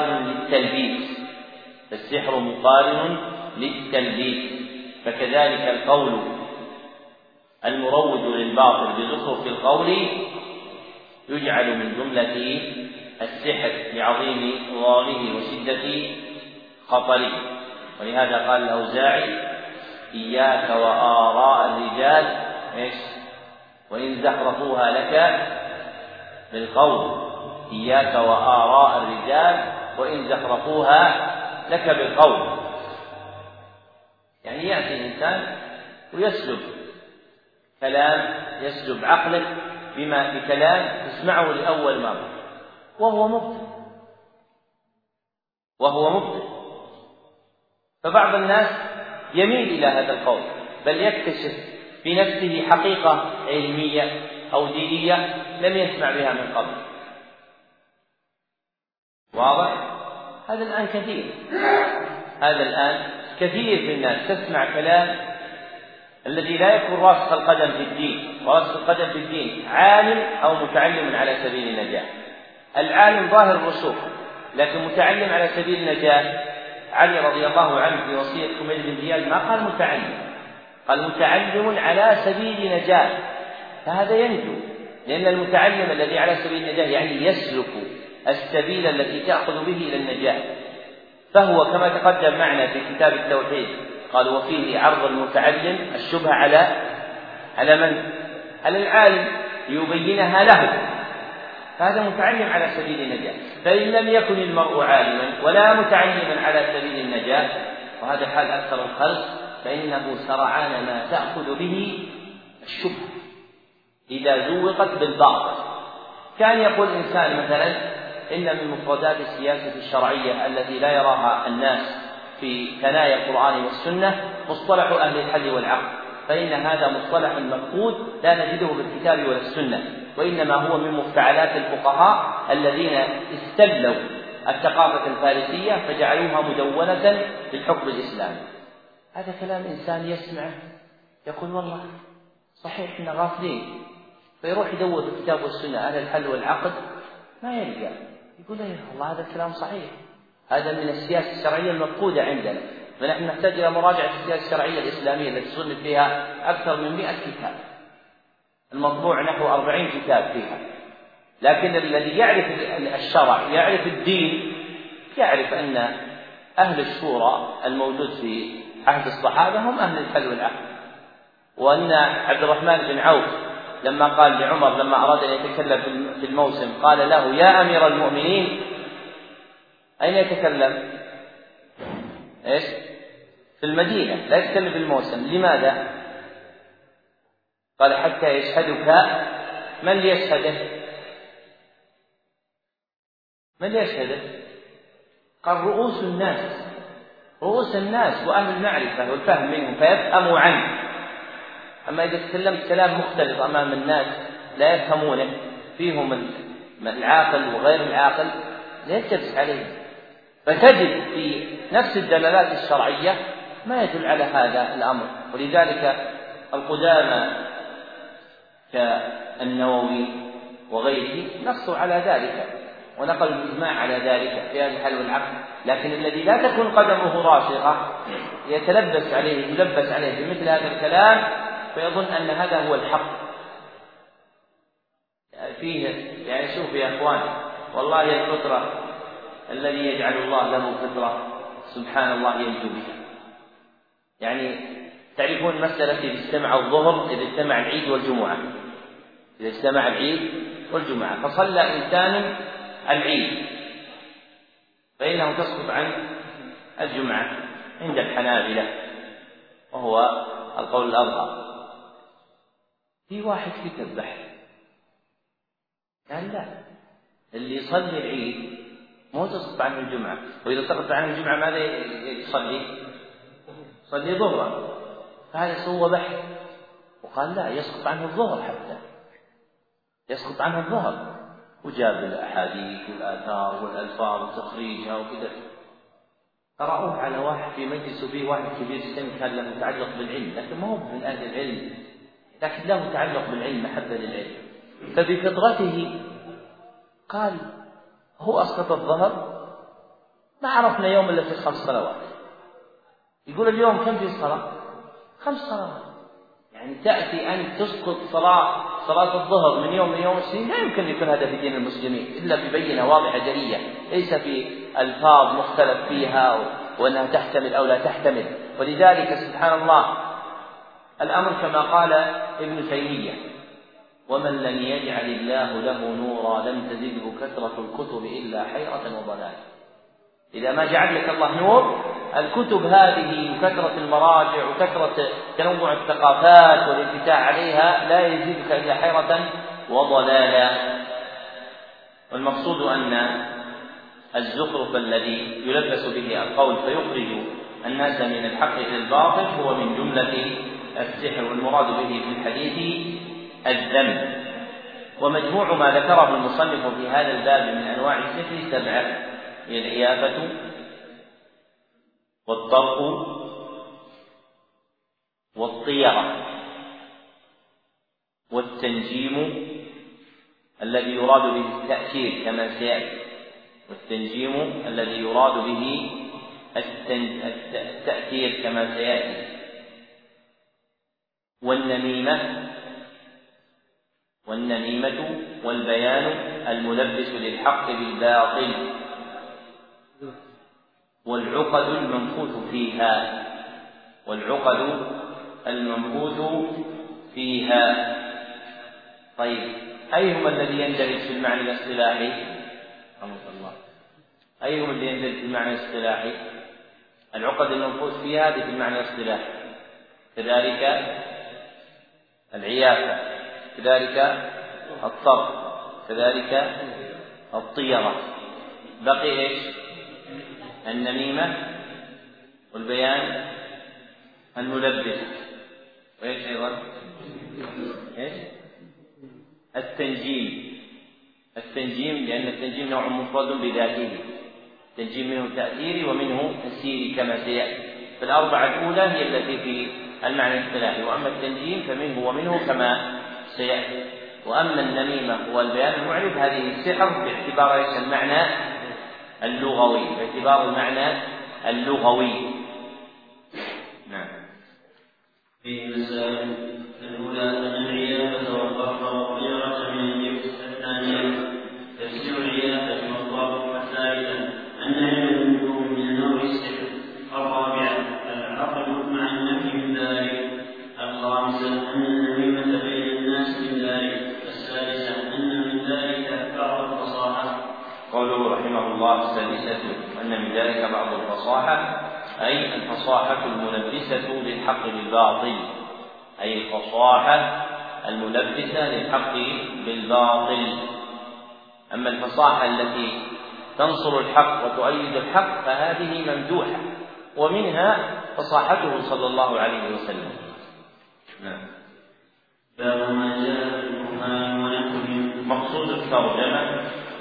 مقارن للتلبيس. فكذلك القول المروج للباطل بزخرف القول يجعل من جملة السحر لعظيم ضرره وشدة خطره. ولهذا قال الأوزاعي: إياك وآراء الرجال وإن زخرفوها لك بالقول، إياك وآراء الرجال وإن زخرفوها لك بالقول. يعني يأتي الإنسان ويسلب عقلك بكلام تسمعه لأول مرة وهو مبطل. فبعض الناس يميل إلى هذا القول، بل يكتشف في نفسه حقيقة علمية أو دينية لم يسمع بها من قبل. واضح؟ هذا الآن كثير من الناس تسمع كلام الذي لا يكون راسخ القدم في الدين، عالم أو متعلم على سبيل النجاة. العالم ظاهر الرسوخ لكن متعلم على سبيل النجاة. علي رضي الله عنه في وصية حميد بن زياد ما قال متعلم، قال متعلم على سبيل نجاة، فهذا ينجو، لأن المتعلم الذي على سبيل النجاة يعني يسلك السبيل التي تأخذ به إلى النجاة. فهو كما تقدم معنا في كتاب التوحيد قال: وفيه عرض المتعلم الشبهة على من؟ على العالم ليبينها له، فهذا متعلم على سبيل النجاة. فإن لم يكن المرء عالما ولا متعلما على سبيل النجاة، وهذا حال أكثر الخلق، فإنه سرعان ما تأخذ به الشبهة إذا زوقت بالباطل. كان يقول إنسان مثلا: إن من مفردات السياسة الشرعية التي لا يراها الناس في ثنايا القرآن والسنة مصطلح أهل الحل والعقد، فإن هذا مصطلح مفقود لا نجده بالكتاب ولا السنة، وإنما هو من مفتعلات الفقهاء الذين استلوا الثقافة الفارسية فجعلوها مدونة للحكم الإسلامي. هذا كلام إنسان يسمعه يقول والله صحيح إحنا غافلين، فيروح يدور في الكتاب والسنة أهل الحل والعقد ما يلقى، يقول يا الله هذا الكلام صحيح، هذا من السياسة الشرعية المفقودة عندنا، فنحن نحتاج إلى مراجعة السياسة الشرعية الإسلامية التي صنف فيها أكثر من 100 كتاب، المطبوع نحو 40 كتاب فيها. لكن الذي يعرف الشرع يعرف الدين يعرف أن أهل الشورى الموجود في عهد الصحابة هم أهل الحل والعقد، وأن عبد الرحمن بن عوف لما قال لعمر لما أراد أن يتكلم في الموسم قال له يا أمير المؤمنين، أين يتكلم؟ إيش؟ في المدينة، لا يتكلم في الموسم. لماذا؟ قال حتى يشهدك من ليشهده؟ من ليشهده؟ قال رؤوس الناس، رؤوس الناس وأهل المعرفة والفهم منهم فيفهموا عنه. أما إذا تكلمت كلام مختلف أمام الناس لا يفهمونه، فيهم العاقل وغير العاقل، لا يلتبس عليه، فتجد في نفس الدلالات الشرعية ما يدل على هذا الأمر. ولذلك القدامى كالنووي وغيره نصوا على ذلك ونقلوا الإجماع على ذلك في هذا الحل والعقد. لكن الذي لا تكون قدمه راسخة يلبس عليه بمثل هذا الكلام فيظن أن هذا هو الحق فيه. يعني شوف يا أخوان، والله الفطرة الذي يجعل الله له فطرة سبحان الله ينجو بها. يعني تعرفون مسألة إذا اجتمع الظهر، إذا اجتمع العيد والجمعة، إذا اجتمع العيد والجمعة فصلى إنسان العيد فإنه تسقط عن الجمعة عند الحنابلة وهو القول الأظهر. في واحد كتب بحث قال لا، اللي يصلي العيد مو تسقط عنه الجمعة، وإذا سقط عنه الجمعة ماذا يصلي؟ يصلي ظهرا. فهذا سوى بحث وقال لا، يسقط عنه الظهر، حتى يسقط عنه الظهر، وجاب الأحاديث والآثار والألفاظ وتخريجها وكذا. قرأوه على واحد في مجلس فيه واحد كبير السن كان له متعلق بالعلم، لكن ما هو من أهل العلم، لكن له متعلق بالعلم، محبة للعلم. فبفطرته قال هو أسقط الظهر، ما عرفنا يوم إلا في 5 صلوات. يقول اليوم كم في الصلاة؟ 5 صلوات. يعني تأتي أن تسقط صلاة الظهر من يوم السنين، لا يمكن يكون هذا في دين المسلمين إلا ببينة واضحة جلية، ليس في ألفاظ مختلف فيها وأنها تحتمل أو لا تحتمل. ولذلك سبحان الله الأمر كما قال ابن تيمية: ومن لم يجعل الله له نورا لم تزده كثرة الكتب إلا حيرة وضلال. إذا ما جعل لك الله نور، الكتب هذه وكثرة المراجع وكثرة تنوع الثقافات والانفتاح عليها لا يزيدك إلا حيرة وضلالا. والمقصود أن الزخرف الذي يلبس به القول فيخرج الناس من الحق إلى الباطل هو من جملة السحر، والمراد به في الحديث الذم. ومجموع ما ذكره المصنف في هذا الباب من أنواع السحر 7: هي العيافة والطرق والطيرة والتنجيم الذي يراد به التأثير كما سيأتي، والتنجيم الذي يراد به التأثير كما سيأتي، والنميمة والبيان الملبس للحق بالباطل، والعقد المنفوث فيها. طيب، أيهما الذي يندرج في المعنى الاصطلاحي؟ أيهما الذي يندرج في المعنى الاصطلاحي؟ العقد المنفوث فيها هذه في المعنى الاصطلاحي، كذلك العيافة، كذلك الطرف، كذلك الطيرة. بقي ايش؟ النميمة والبيان الملبس، وايش ايضا؟ ايش؟ التنجيم، لأن التنجيم نوع مفرد بذاته، التنجيم منه تأثيري ومنه تسييري كما سيأتي. فالأربعة الأولى هي التي في المعنى الاصطلاحي، وأما التنجيم فمنه ومنه كما سيأتي. وأما النميمة والبيان المعرب هذه السحر باعتبار المعنى اللغوي، باعتبار المعنى اللغوي. نعم. في مسائل الأولى أن العيافة والقهر والطيرة من الجبس. الثانية تفسير العيافة والقهر. الثالثة أن علم النجوم من نوع السحر. الرابعة العقل مع النفي من ذلك. الخامسة أن النميمة بين الناس من ذلك. السادسة أن من ذلك بعض الفصاحة. قوله رحمه الله السادسة أن من ذلك بعض الفصاحة، أي الفصاحة الملبسة للحق بالباطل، أي الفصاحة الملبسة للحق بالباطل. أما الفصاحة التي تنصر الحق وتؤيد الحق فهذه ممدوحة، ومنها فصاحته صلى الله عليه وسلم. نعم. باب ما جاء في الكهان ونحوهم. مقصود الترجمة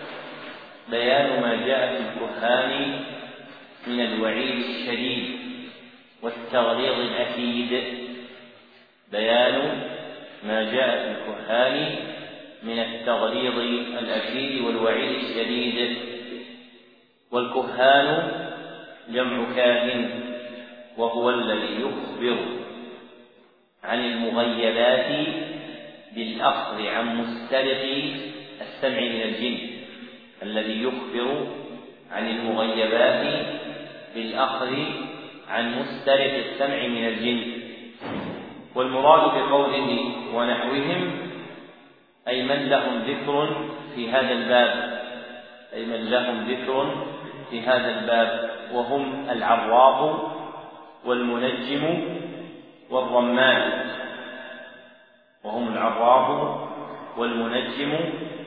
بيان ما جاء في الكهان من الوعيد الشديد والتغليظ الأكيد. بيان ما جاء في الكهان من التغليظ الأكيد والوعيد الشديد. والكهان جمع كاهن، وهو الذي يخبر عن المغيبات بالأخذ عن مسترق السمع من الجن، الذي يخبر عن المغيبات بالأخذ عن مسترق السمع من الجن. والمراد بقوله ونحوهم أي من لهم ذكر في هذا الباب، أي من لهم ذكر في هذا الباب، وهم العراف والمنجم والرمان. وهم العراف والمنجم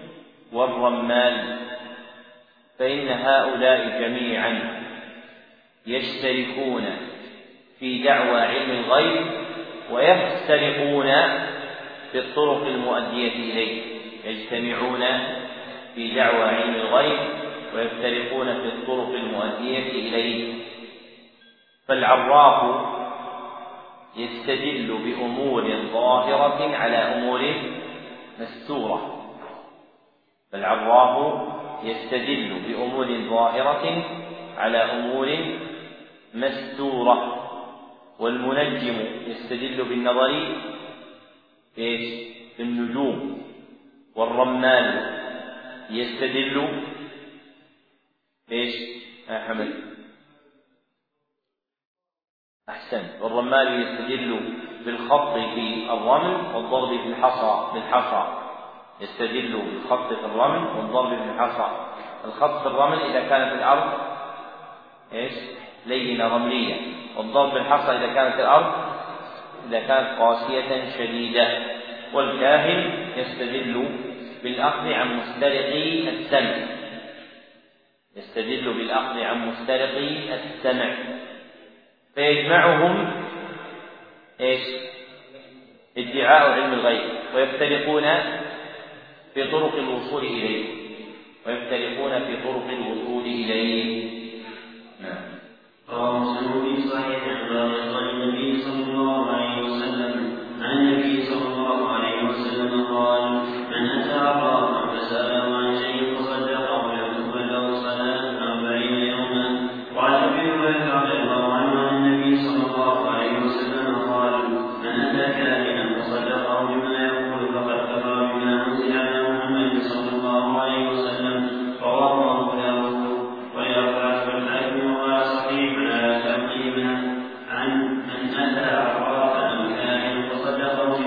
والرمان. فإن هؤلاء جميعا يشتركون في دعوى علم الغيب، ويفترقون في الطرق المؤدية إليه. يجتمعون في دعوى علم الغيب ويفترقون في الطرق المؤدية إليه. فالعراف يستدل بأمور ظاهرة على أمور مستورة. فالعراف يستدل بأمور ظاهرة على أمور مستورة. والمنجم يستدل بالنظر في النجوم. والرمان يستدل ايش يا حمد؟ أحسن. والرمال يستدل بالخط في الرمل والضرب في بالحصى. يستدل بالخط في الرمل والضرب في الحصى. الخط في الرمل إذا كانت الأرض ايش؟ لينة رملية، والضرب بالحصى إذا كانت الأرض قاسية شديدة. والكاهن يستدل بالأخذ عن مسترق السمع. يستدل بالأخذ عن مسترق السمع. فيجمعهم ايش؟ ادعاء علم الغيب، ويفترقون في طرق الوصول إليه. نعم. رواه مسلم في صحيح عن النبي صلى الله عليه وسلم عن النبي صلى الله عليه وسلم قال: من أتى عرافا فسأله عن شيء فصدقه لم تقبل له صلاة 40 يوما. وعن أبي هريرة رضي الله عنه عن النبي صلى الله عليه وسلم قال: من أتى كاهنا فصدقه بما يقول فقد كفر بما أنزل على محمد صلى الله عليه وسلم. رواه أبو داود ويرفع الحاكم وقال صحيح على تقريبا عن من أتى عرافا أو كاهنا فصدقه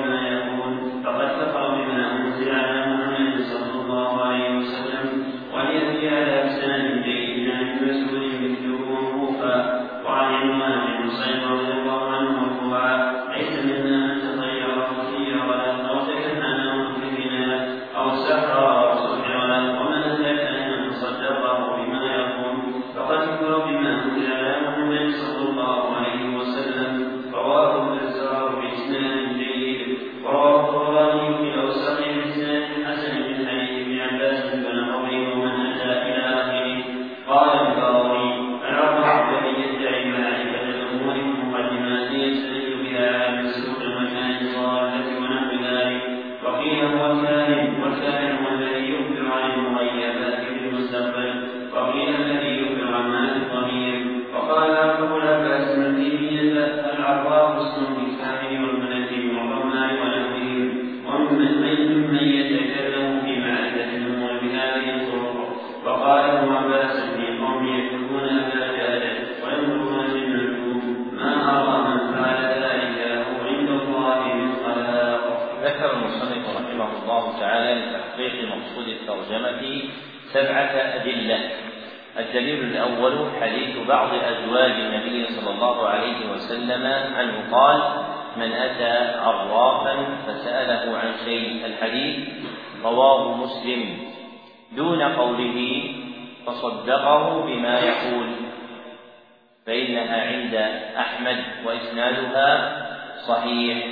رحمه الله تعالى لتحقيق مقصود الترجمة 7 أدلة. الدليل الأول حديث بعض أزواج النبي صلى الله عليه وسلم عنه قال: من أتى عرافا فسأله عن شيء. الحديث رواه مسلم دون قوله فصدقه بما يقول، فإنها عند أحمد وإسنادها صحيح.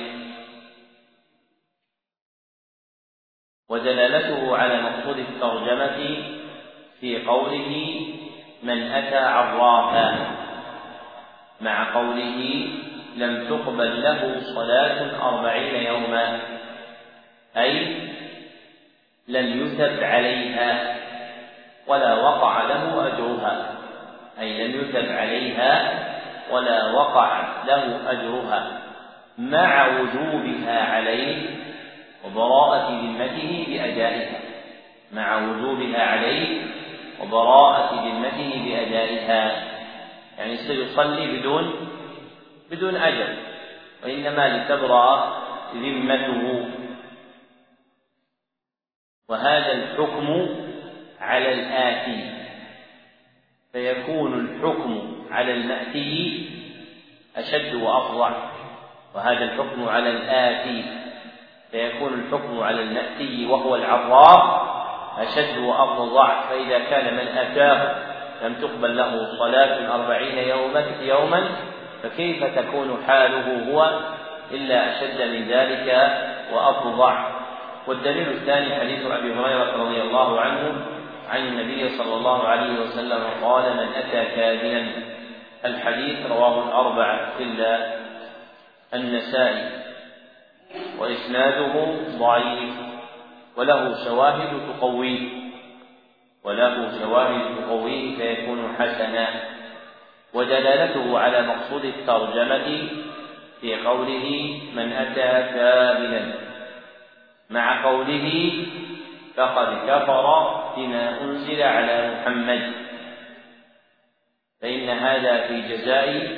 ودلالته على مقصود الترجمة في قوله من أتى عرافا، مع قوله لم تقبل له صلاة 40 يوما، أي لم يثب عليها ولا وقع له أجرها، أي لم يثب عليها ولا وقع له أجرها، مع وجوبها عليه وبراءة ذمته بأدائها، مع وجوبها عليه وبراءة ذمته بأدائها. يعني يصلي بدون أجر، وإنما لتبرأ ذمته. وهذا الحكم على الآتي، فيكون الحكم على المأتي أشد وأفظع. وهذا الحكم على الآتي فيكون الحكم على المأتي وهو العراف أشد وأفظع. فإذا كان من أتاه لم تقبل له صلاة 40 يوما، فكيف تكون حاله هو إلا أشد من ذلك وأفظع. والدليل الثاني حديث أبي هريرة رضي الله عنه عن النبي صلى الله عليه وسلم قال: من أتى كاهنا. الحديث رواه الأربعة إلا النسائي، وإسناده ضعيف وله شواهد تقويه فيكون حسنا. ودلالته على مقصود الترجمة في قوله من أتى كاهنا، مع قوله فقد كفر بما أنزل على محمد، فإن هذا في جزاء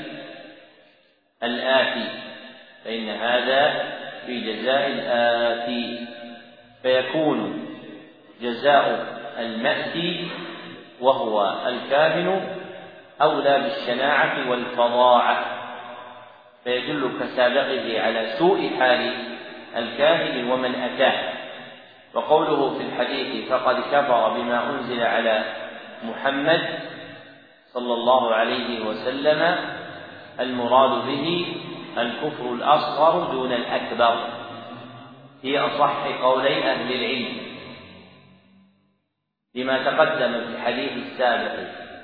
الآتي، فيكون جزاء المأتي وهو الكاهن أولى بالشناعة والفظاعة، فيدل كسابقه على سوء حال الكاهن ومن أتاه. وقوله في الحديث فقد كفر بما أنزل على محمد صلى الله عليه وسلم، المراد به الكفر الأصغر دون الأكبر في أصح قولي أهل العلم، لما تقدم في الحديث السابق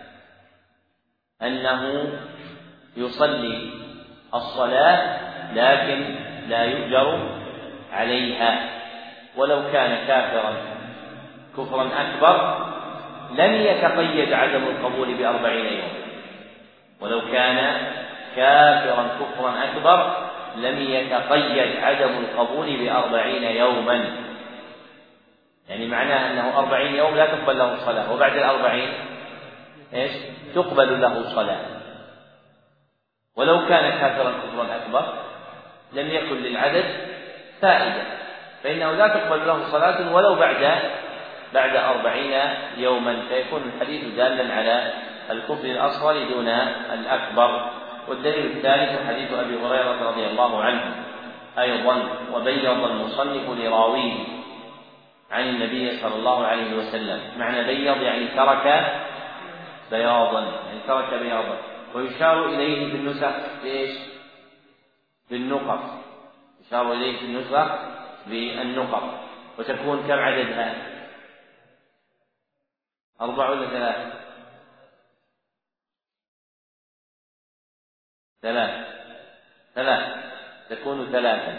أنه يصلي الصلاة لكن لا يؤجر عليها، ولو كان كافرا كفرا أكبر لم يتقيد عدم القبول ب40 يوم، ولو كان كافرا كفرا أكبر لم يتقيد عدم القبول ب40 يوما. يعني معناه أنه 40 يوم لا تقبل له الصلاة، وبعد 40 تقبل له الصلاة. ولو كان كافرا كفرا أكبر لم يكن للعدد فائدة، فإنه لا تقبل له صلاة ولو بعد 40 يوما، فيكون الحديث دالا على الكفر الأصغر دون الأكبر. والدليل الثالث حديث أبي هريرة رضي الله عنه أيضا: وبيض المصنف لراويه عن النبي صلى الله عليه وسلم. معنى بيض يعني ترك بياضا، ويشار إليه بالنسخ بالنقط، يشار إليه في النسخ بالنقط. وتكون كم عددها؟ 4 ولا 3؟ 3 تكون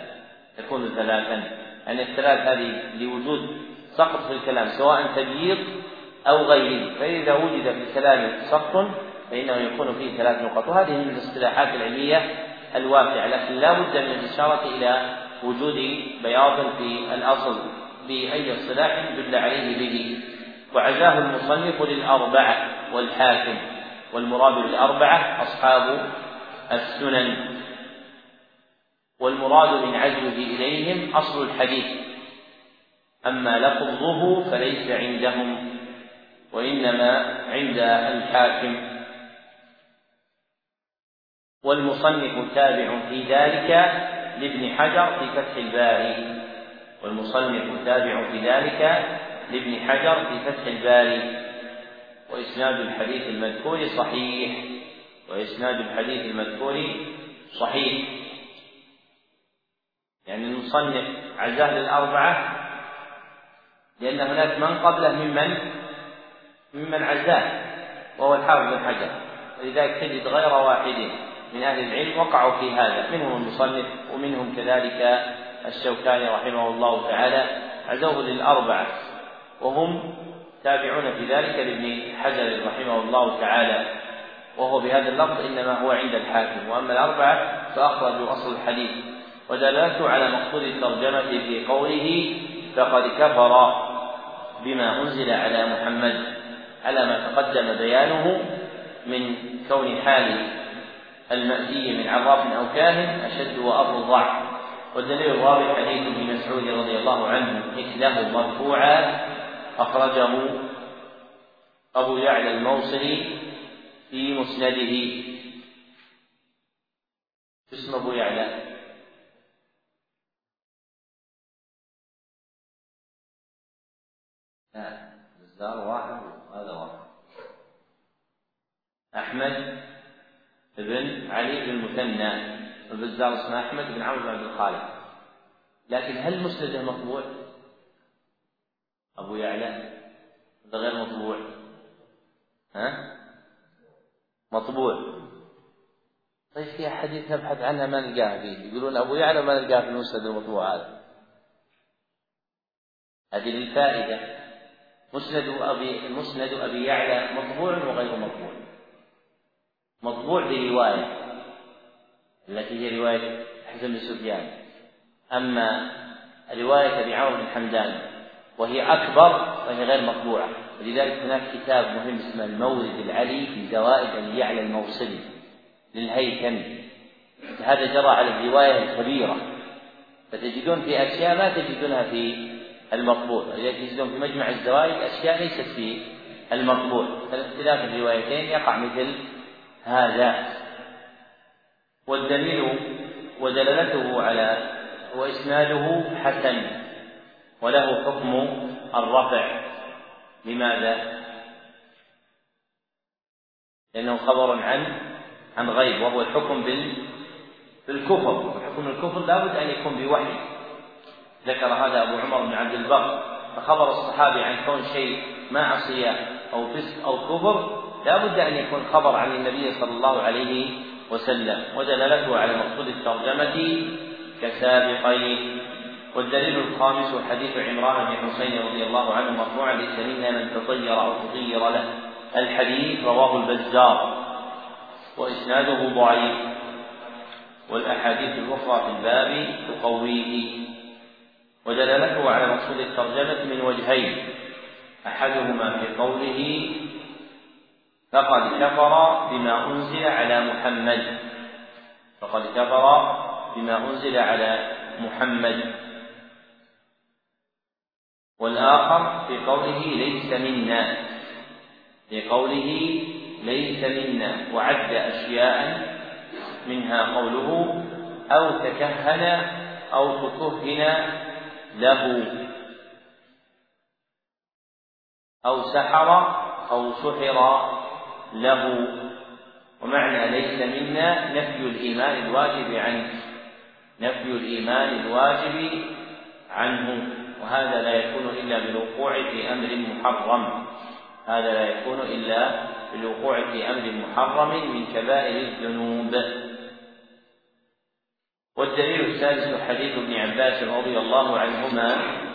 3 أن الثلاث هذه لوجود سقط في الكلام سواء تبييض أو غيره، فإذا وجد في الكلام سقط فإنه يكون فيه 3 نقط. وهذه من الاصطلاحات العلمية الواسعة، لكن لا بد من الإشارة إلى وجود بياض في الأصل بأي اصطلاح دل عليه به. وعزاه المصنف للأربعة والحاكم، والمراد بالأربعة أصحاب السنن، والمراد من عزوه إليهم أصل الحديث، أما لفظه فليس عندهم وإنما عند الحاكم. والمصنف تابع في ذلك لابن حجر في فتح الباري، والمصنف تابع في ذلك لابن حجر في فتح الباري. وإسناد الحديث المذكور صحيح، وإسناد الحديث المذكور صحيح، يعني المصنف عزاه للأربعة لأن هناك من قبله ممن عزاه وهو الحافظ بن حجر، ولذلك تجد غير واحد من أهل العلم وقعوا في هذا، منهم المصنف ومنهم كذلك الشوكاني رحمه الله تعالى، عزوه للأربعة وهم تابعون في ذلك لابن حجر رحمه الله تعالى، وهو بهذا اللفظ إنما هو عند الحاكم. وأما الأربعة فأخرجوا أصل الحديث. ودلالته على مقصود الترجمة في قوله فقد كفر بما أنزل على محمد على ما تقدم بيانه من كون حال المأتي من عراف أو كاهن أشد وأفظع. والدليل الرابع حديث ابن مسعود رضي الله عنه مثله مرفوعا أخرجه أبو يعلى الموصلي في مسنده. اسم أبو يعلى بزار واحد وهذا واحد، أحمد بن علي بن المثنى، البزار اسمه أحمد بن عمرو بن عبد الخالق. لكن هل مسنده مطبوع؟ أبو يعلى هذا غير مطبوع، مطبوع. طيب في حديث نبحث عنها ما نلقاها فيه، يقولون أبو يعلى ما نلقاها في المسند المطبوع هذا. هذه للفائدة. مسند أبي يعلى مطبوع وغير مطبوع. مطبوع برواية التي هي رواية حسن بن سفيان، أما رواية أبي عمرو بن حمدان وهي أكبر فهي غير مطبوعة. ولذلك هناك كتاب مهم اسمه المورد العلي في زوائد أبي يعلى الموصلي للهيثمي، هذا جرى على الرواية الكبيرة، فتجدون في أشياء ما تجدونها في المطبوع، ولذلك تجدون في مجمع الزوائد أشياء ليست في المطبوع، فاختلاف الروايتين يقع مثل هذا. والدليل ودلالته على وإسناده حسن وله حكم الرفع. لماذا؟ لأنه خبر عن غيب، وهو الحكم بالكفر، وحكم الكفر لابد أن يكون بوحي. ذكر هذا أبو عمر بن عبد البر. فخبر الصحابي عن كون شيء معصية أو فسق أو كفر لابد أن يكون خبر عن النبي صلى الله عليه وسلم. ودلالته على مقصود الترجمة كسابقين. والدليل الخامس حديث عمران بن حسين رضي الله عنه مرفوعا ليس منا من تطير أو تطير له. الحديث رواه البزار وإسناده ضعيف، والأحاديث الأخرى في الباب تقويه. ودلالته على مقصود الترجمة من وجهين، أحدهما في قوله فقد كفر بما أنزل على محمد، فقد كفر بما أنزل على محمد. والآخر في قوله ليس منا، في قوله ليس منا، وعد أشياء منها قوله أو تكهن أو تكهن له أو سحر أو سحر له. ومعنى ليس منا نفي الإيمان الواجب عنه، نفي الإيمان الواجب عنه، وهذا لا يكون إلا بالوقوع في أمر محرم، هذا لا يكون إلا بالوقوع في أمر محرم من كبائر الذنوب. والدليل الثالث حديث ابن عباس رضي الله عنهما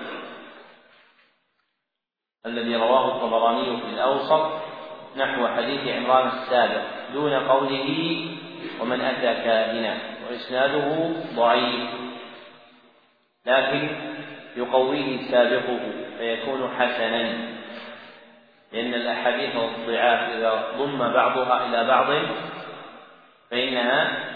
الذي رواه الطبراني في الأوسط نحو حديث عمران السابق دون قوله ومن أتى كاهنا، وإسناده ضعيف، لكن يقويه سابقه فيكون حسنا، لأن الأحاديث الضعاف إذا ضم بعضها إلى بعض فإنها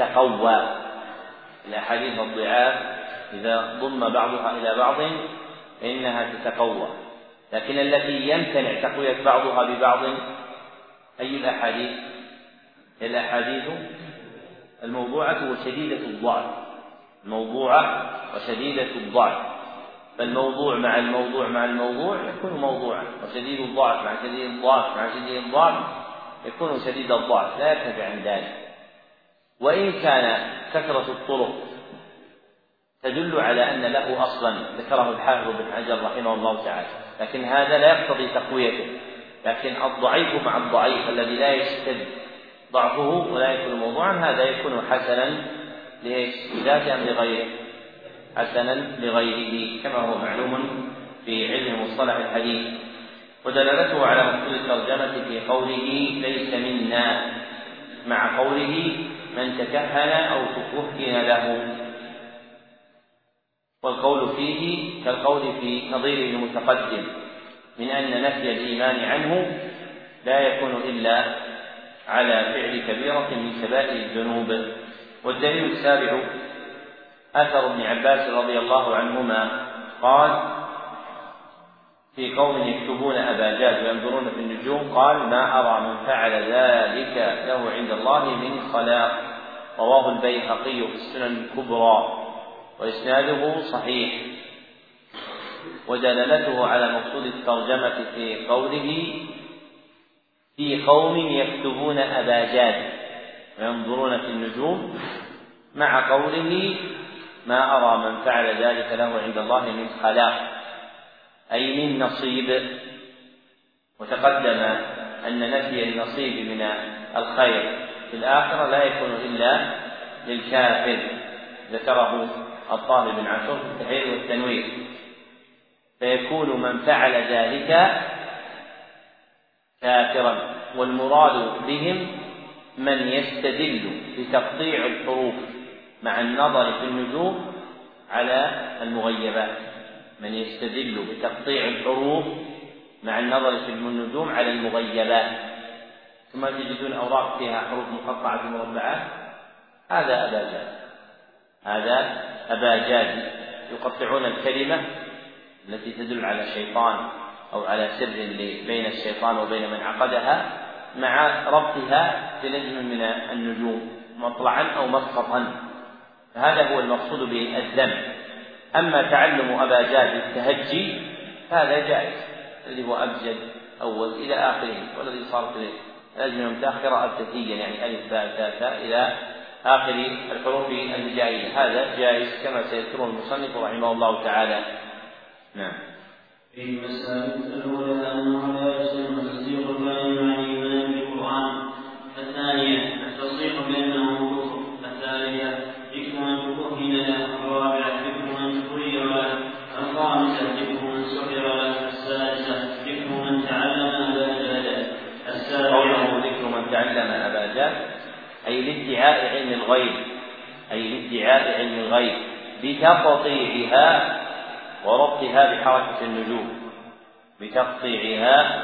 تتقوى. الأحاديث الضعاف إذا ضم بعضها إلى بعض فإنها تتقوى. لكن التي يمتنع تقوية بعضها ببعض أي الأحاديث؟ الأحاديث الموضوعة وشديدة الضعف، الموضوعة وشديدة الضعف، فالموضوع مع الموضوع يكون موضوعا، وشديد الضعف مع شديد الضعف مع شديد الضعف يكون شديد الضعف، لا يرتفع عن ذلك. وإن كان كثرة الطرق تدل على أن له أصلا ذكره الحافظ بن حجر رحمه الله تعالى، لكن هذا لا يقتضي تقويته. لكن الضعيف مع الضعيف الذي لا يشتد ضعفه ولا يكون موضوعا هذا يكون حسنا لذاته أم لغيره؟ حسنا لغيره، كما هو معلوم في علم مصطلح الحديث. ودلالته على مقصود الترجمة في قوله ليس منا مع قوله من تكهن أو تكهن له، والقول فيه كالقول في نظيره المتقدم من أن نفي الإيمان عنه لا يكون إلا على فعل كبيرة من كبائر الذنوب. والدليل السابع أثر ابن عباس رضي الله عنهما قال في قوم يكتبون أباجات وينظرون في النجوم قال ما أرى من فعل ذلك له عند الله من خلاق. رواه البيهقي في السنن الكبرى وإسناده صحيح. ودلالته على مقصود الترجمة في قوله في قوم يكتبون أباجات وينظرون في النجوم مع قوله ما أرى من فعل ذلك له عند الله من خلاق أي من نصيب. وتقدم أن نفي النصيب من الخير في الآخرة لا يكون إلا للكافر، ذكره الطالب بن عاشور في التحرير والتنوير، فيكون من فعل ذلك كافرا. والمراد بهم من يستدل بتقطيع الحروف مع النظر في النجوم على المغيبات، من يستدل بتقطيع الحروف مع النظر في النجوم على المغيبات. ثم تجدون أوراق فيها حروف مقطعة مربعات، هذا أباجاد يقطعون الكلمة التي تدل على شيطان أو على سر بين الشيطان وبين من عقدها مع ربطها بنجم من النجوم مطلعا أو مسقطا، فهذا هو المقصود بالذم. أما تعلم أباجاد التهجي هذا جائز، الذي هو أبجد أول إلى آخره، والذي صارت الأزمنة المتأخرة أبجديا يعني ألف باء تاء ثاء إلى آخر الحروف الهجائية، هذا جائز كما سيذكره المصنف رحمه الله تعالى. نعم. في المسألة الأولى أنه لا يسلم تصديق الكلام عن الإيمان بالقرآن. الثانية التصديق بأنه كفر. الثالثة ذكر من تكهن له. الرابعة ذكر من تغير له. الخامسة ذكر من سحر له. السادسة ذكر من تعلم أباجاد. قوله ذكر من تعلم أباجاد أي لادعاء علم الغيب، أي لادعاء علم الغيب بتقطيعها وربطها بحركة النجوم، بتقطيعها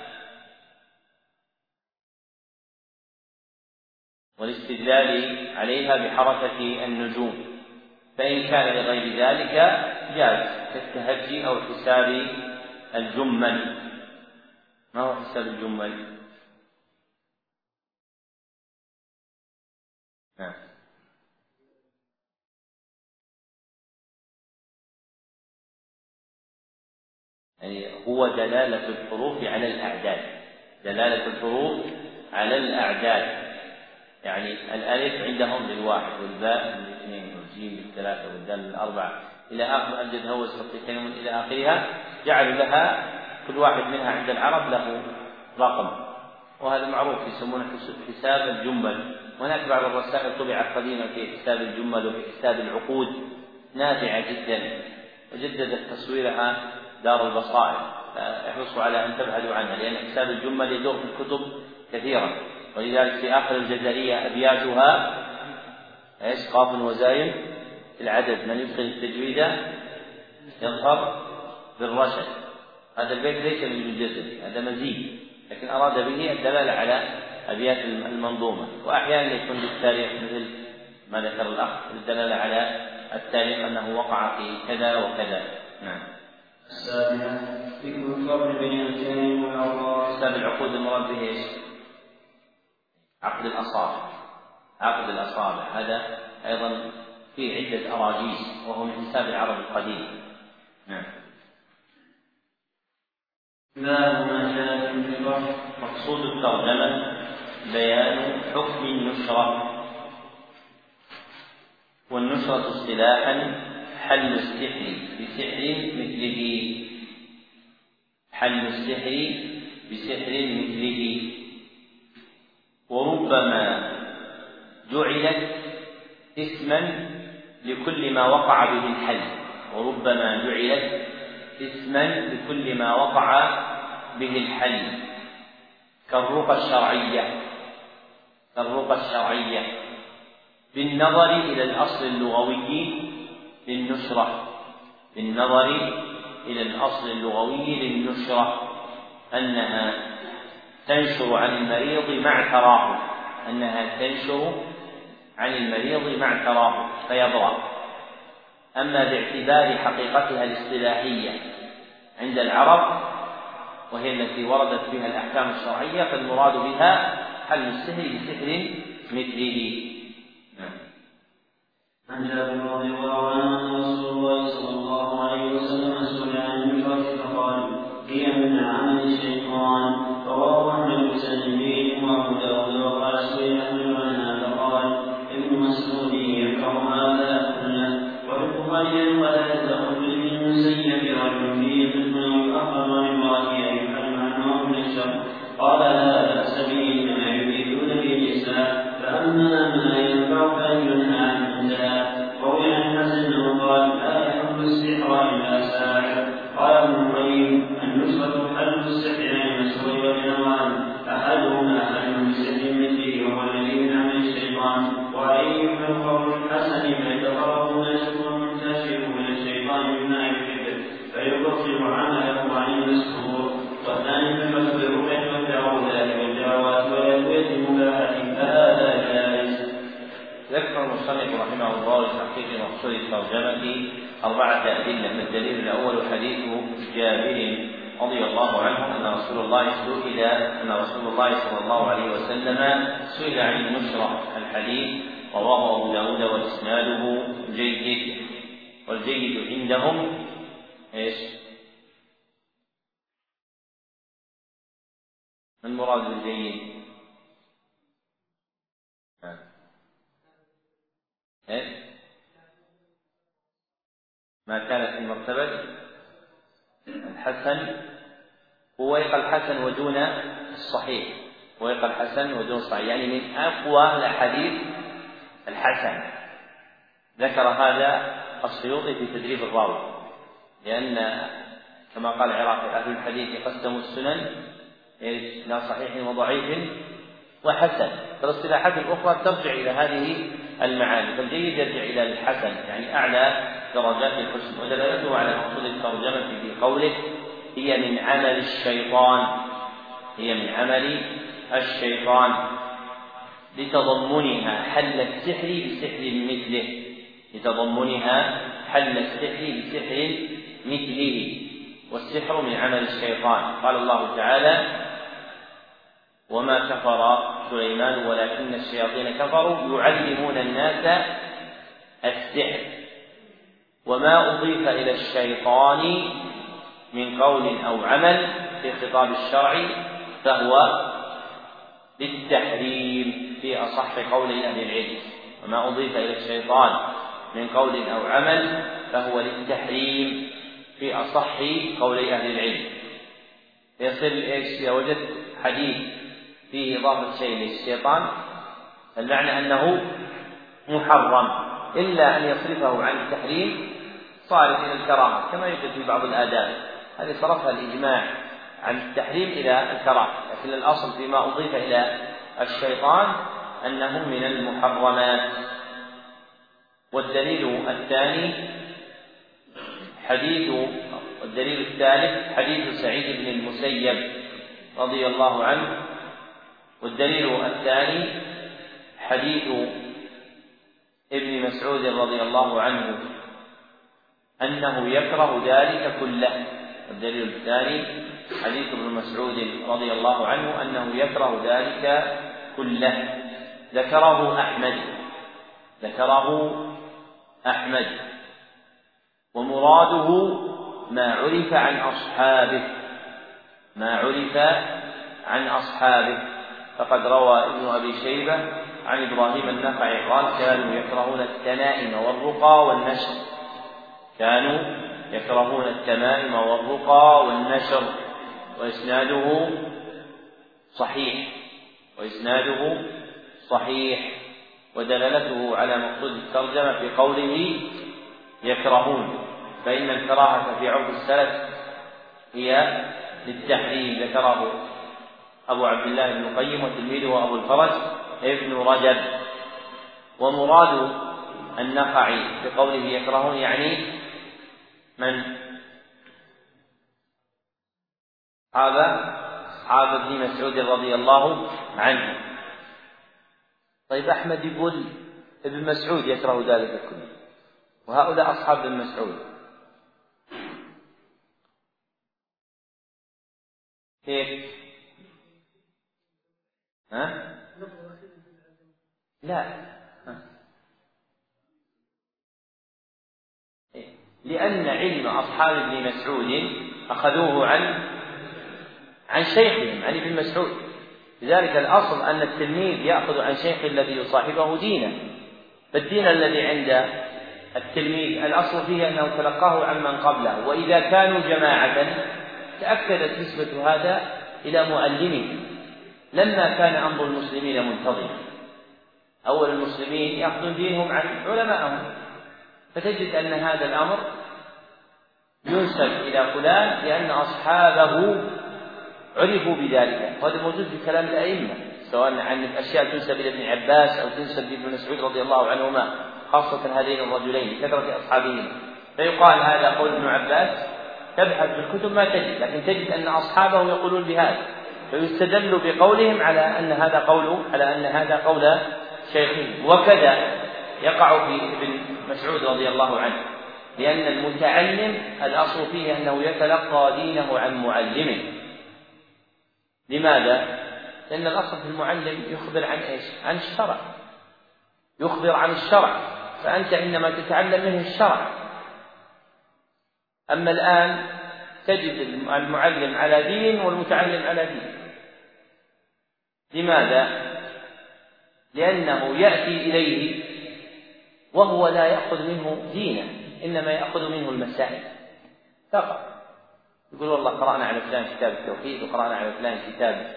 والاستدلال عليها بحركة النجوم. فإن كان لغير ذلك جاز كالتهجي أو حساب الجمل. ما هو حساب الجمل؟ نعم. يعني هو دلالة الحروف على الأعداد، دلالة الحروف على الأعداد، يعني الألف عندهم بالواحد والباء بالاثنين والجيم بالثلاثة والدال بالأربعة إلى آخر أمجد هوس والتكلم إلى آخرها، جعلوا لها كل واحد منها عند العرب له رقم، وهذا معروف يسمونه حساب الجمل. وهناك بعض الرسائل طبعت قديما في حساب الجمل وفي حساب العقود نافعة جدا، وجددت تصويرها دار البصائر، فاحرصوا على أن تبحثوا عنها، لأن حساب الجمل يدور في الكتب كثيرا، ولذلك في آخر الجزرية أبياتها قاف وزاي في العدد، من يدخل التجويد يظهر بالرشد. هذا البيت ليس من الجزري، هذا مزيد، لكن أراد به الدلالة على أبيات المنظومة. وأحيانا يكون للتاريخ مثل ما ذكر الأخ الدلالة على التاريخ أنه وقع في كذا وكذا. نعم. السابعة ذكر الفرق بين الجانب والعقار. حساب العقود المراد به ايش؟ عقد الأصابع. عقد الأصابع هذا أيضا فيه عدة أراجيز وهو من حساب العرب القديم. نعم. باب ما جاء في الفرق. مقصود الترجمة بيان حكم النشرة. والنشرة اصطلاحا حل السحر بسحر مثله. حل السحر بسحر مثله. وربما جعلت اسما لكل ما وقع به الحل. وربما جعلت اسما لكل ما وقع به الحل كالرقى الشرعية. كالرقى الشرعية بالنظر إلى الأصل اللغوي للنشرة. بالنظر إلى الأصل اللغوي للنشرة أنها تنشر عن المريض مع تراه. أنها تنشر عن المريض مع تراه فيبرأ. أما باعتبار حقيقتها الاصطلاحية عند العرب وهي التي وردت بها الأحكام الشرعية فالمراد بها حل السحر بسحر مثله. عن جابر رضي الله عنه أن رسول الله صلى الله عليه وسلم سئل عن النشرة فقال هي من عمل الشيطان. رواه أحمد بسند وأبو داود وقال سئل عنها فقال ابن مسعود يكره هذا كله. والبخاري قال تدخل بالمسيب رجل فيه قسم يؤخر عن امرأته يحرم عنه من الشر. قال لا بأس به كما يريدون به النساء فأما ما ينفع فينهى عن النساء. روي عن حسن قال لا يحل السحر إلا ساحر. قال ابن القيم النشرة حل السحر عن المسحور والعنوان أحدهما حل بسحر مثله وهو الذي من عمل الشيطان. وعليه يحمل قول الحسن فيتفرق ناشط منتشر من الشيطان بما يحب فيبطل عمله عن المسحور. والثاني في المسحور الرقية والتعوذات والدعوات والأدوية المباحة فهذا جائز. ذكر المصنف رحمه الله لتحقيق مقصود الترجمة 4 أدلة. الدليل الأول حديث جابر رضي الله عنه أن رسول الله صلى الله عليه وسلم سئل عن النشرة. الحديث رواه أبو داود وإسناده جيد. والجيد عندهم ايش؟ ما المراد بالجيد؟ ما كان في مرتبة الحسن ويق الحسن ودون الصحيح. ويق الحسن ودون الصحيح يعني من أقوى الأحاديث الحسن. ذكر هذا السيوطي في تدريب الراوي لأن كما قال العراقي أهل الحديث قسموا السنن إلى صحيح وضعيف وحسن. فالاصطلاحات الأخرى ترجع إلى هذه المعاني. فالجيد يرجع إلى الحسن يعني أعلى درجات الحسن. ودلالته على مقصود الترجمة في قوله هي من عمل الشيطان. هي من عمل الشيطان لتضمنها حل السحر بسحر مثله. لتضمنها حل السحر بسحر مثله. والسحر من عمل الشيطان. قال الله تعالى وما كفر سليمان ولكن الشياطين كفروا يعلمون الناس السحر. وما أضيف إلى الشيطان من قول أو عمل في خطاب الشرع فهو للتحريم في أصح قول أهل العلم. وما أضيف إلى الشيطان من قول أو عمل فهو للتحريم في أصح قول أهل العلم. يصل إيش؟ إذا وجدت حديث فيه إضافة شيء للشيطان المعنى أنه محرم إلا أن يصرفه عن التحريم صارف إلى الكراهة كما يوجد في بعض الآداب. هذه صرفها الإجماع عن التحريم إلى الكراهة. لكن الأصل فيما أضيف إلى الشيطان أنه من المحرمات. والدليل الثالث حديث سعيد بن المسيب رضي الله عنه. والدليل الثاني حديث ابن مسعود رضي الله عنه أنه يكره ذلك كله. الدليل الثاني حديث ابن مسعود رضي الله عنه أنه يكره ذلك كله، ذكره أحمد، ومراده ما عرف عن أصحابه، فقد روى ابن أبي شيبة عن إبراهيم النخعي قال: كانوا يكرهون التمائم والرقى والنشر، وإسناده صحيح، ودلالته على مقصود الترجمة في قوله يكرهون، فإن الكراهة في عرف السلف هي للتحريم، ذكره أبو عبد الله بن القيم وتلميذه أبو الفرج ابن رجب. ومراد النخعي بقوله يكرهون يعني من؟ أصحاب ابن مسعود رضي الله عنه. طيب أحمد يقول ابن مسعود يكره ذلك كله، وهؤلاء أصحاب ابن مسعود، كيف؟ لا، لأن علم أصحاب ابن مسعود أخذوه عن شيخهم، عن ابن مسعود، لذلك الأصل أن التلميذ يأخذ عن شيخ الذي يصاحبه دينا، فالدين الذي عند التلميذ الأصل فيه أنه تلقاه عمن قبله، وإذا كانوا جماعة تأكدت نسبة هذا إلى معلمه. لما كان أمر المسلمين منتظما، أول المسلمين يأخذون دينهم عن علمائهم، فتجد أن هذا الأمر ينسب إلى فلان لأن أصحابه عرفوا بذلك، وهذا موجود في كلام الأئمة، سواء عن أشياء تنسب إلى ابن عباس أو تنسب لابن مسعود رضي الله عنهما، خاصة هذين الرجلين كثرة أصحابهما، فيقال هذا قول ابن عباس، تبحث في الكتب ما تجد، لكن تجد أن أصحابه يقولون بهذا، فيستدل بقولهم على أن هذا قول شيخهم. وكذا يقع في ابن مسعود رضي الله عنه، لأن المتعلم الأصل فيه أنه يتلقى دينه عن معلمه. لماذا؟ لأن الأصل في المعلم يخبر عن إيش؟ عن الشرع، يخبر عن الشرع، فأنت إنما تتعلم منه الشرع. أما الآن تجد المعلم على دين والمتعلم على دين. لماذا؟ لأنه يأتي إليه وهو لا يأخذ منه دينه، إنما يأخذ منه المسائل فقط. يقول والله قرأنا على فلان كتاب التوحيد، وقرأنا على فلان كتاب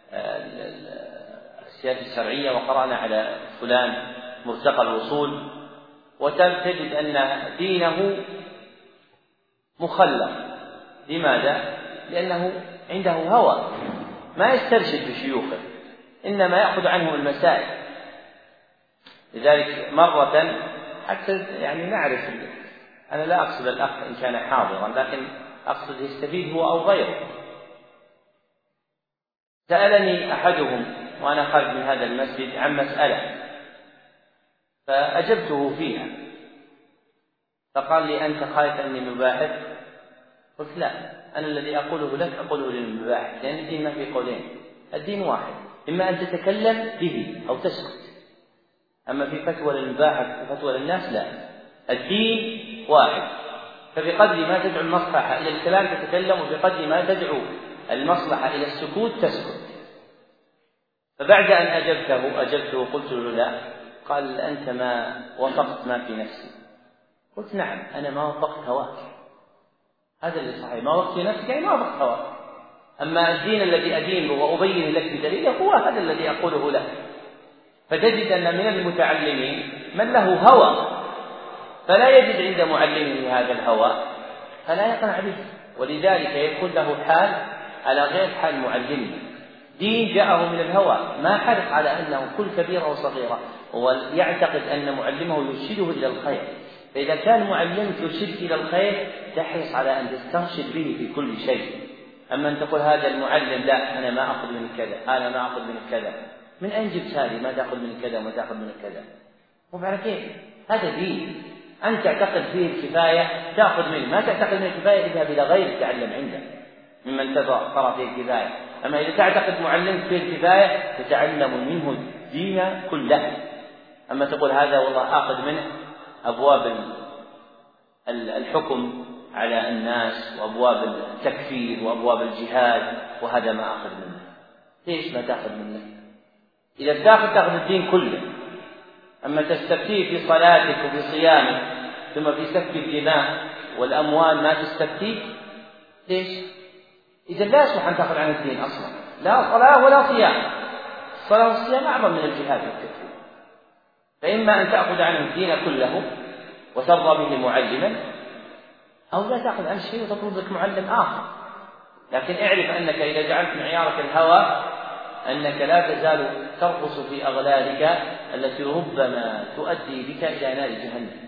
السياسة الشرعية، وقرأنا على فلان مرتقى الوصول، وتجد أن دينه مخلق. لماذا؟ لأنه عنده هوى، ما يسترشد بشيوخه، إنما يأخذ عنهم المسائل. لذلك مرة حتى يعني نعرف، أنا لا أقصد الأخ إن كان حاضرا، لكن أقصد يستفيد هو أو غيره. سألني أحدهم وأنا خارج من هذا المسجد عن مسألة، فأجبته فيها، فقال لي أنت خايف أني مباحث؟ قلت لا، أنا الذي أقوله لك أقوله للمباحث، لأن الدين ما في قولين، الدين واحد، إما أن تتكلم به أو تسكت. أما في فتوى للمباحث وفتوى للناس لا، الدين واحد، فبقدر ما تدعو المصلحة إلى الكلام تتكلم، وبقدر ما تدعو المصلحة إلى السكوت تسكت. فبعد أن أجبته قلت له لا، قال أنت ما وافقت ما في نفسي. قلت نعم، أنا ما وافقت هواك، هذا اللي صحيح، ما وافقت نفسك يعني ما وافقت هواك. أما الدين الذي أدينه وأبين لك بدليله هو هذا الذي أقوله لك. فتجد أن من المتعلمين من له هوى، فلا يجد عند معلمه هذا الهوى فلا يقنع به، ولذلك يكون له حال على غير حال معلمه. دين جاءه من الهوى، ما حرص على أنه كل كبيرة وصغيرة، ويعتقد أن معلمه يرشده إلى الخير. فإذا كان معلمك يرشدك إلى الخير تحرص على أن تسترشد به في كل شيء. أما أن تقول هذا المعلم لا، أنا ما أخذ من كذا، أنا ما أخذ من كذا، من أين جبت هذه؟ ما تأخذ من كذا وما تأخذ من كذا؟ وبعد كيف؟ هذا دين، أنت تعتقد فيه الكفاية تأخذ منه، ما تعتقد منه الكفاية اذهب إلى غير تعلم عنده ممن ترى فيه الكفاية. أما إذا تعتقد معلمك فيه الكفاية تتعلم منه الدين كله. أما تقول هذا والله آخذ منه أبواب الحكم على الناس وأبواب التكفير وأبواب الجهاد وهذا ما أخذ منه، ليش ما تأخذ منه؟ إذا تأخذ الدين كله. أما تستفتيه في صلاتك وفي صيامك ثم في سفك الدماء والأموال ما تستفتيه، ليش؟ إذا لا يصلح أن تأخذ عن الدين أصلا، لا صلاة ولا صيام. الصلاة والصيام أعظم من الجهاد والتكفير. فإما أن تأخذ عنه الدين كله وترضى به معلما، أو لا تأخذ عن شيء وتطلب لك معلم آخر. لكن اعرف أنك إذا جعلت معيارك الهوى أنك لا تزال ترقص في أغلالك التي ربما تؤدي بك إلى نار جهنم.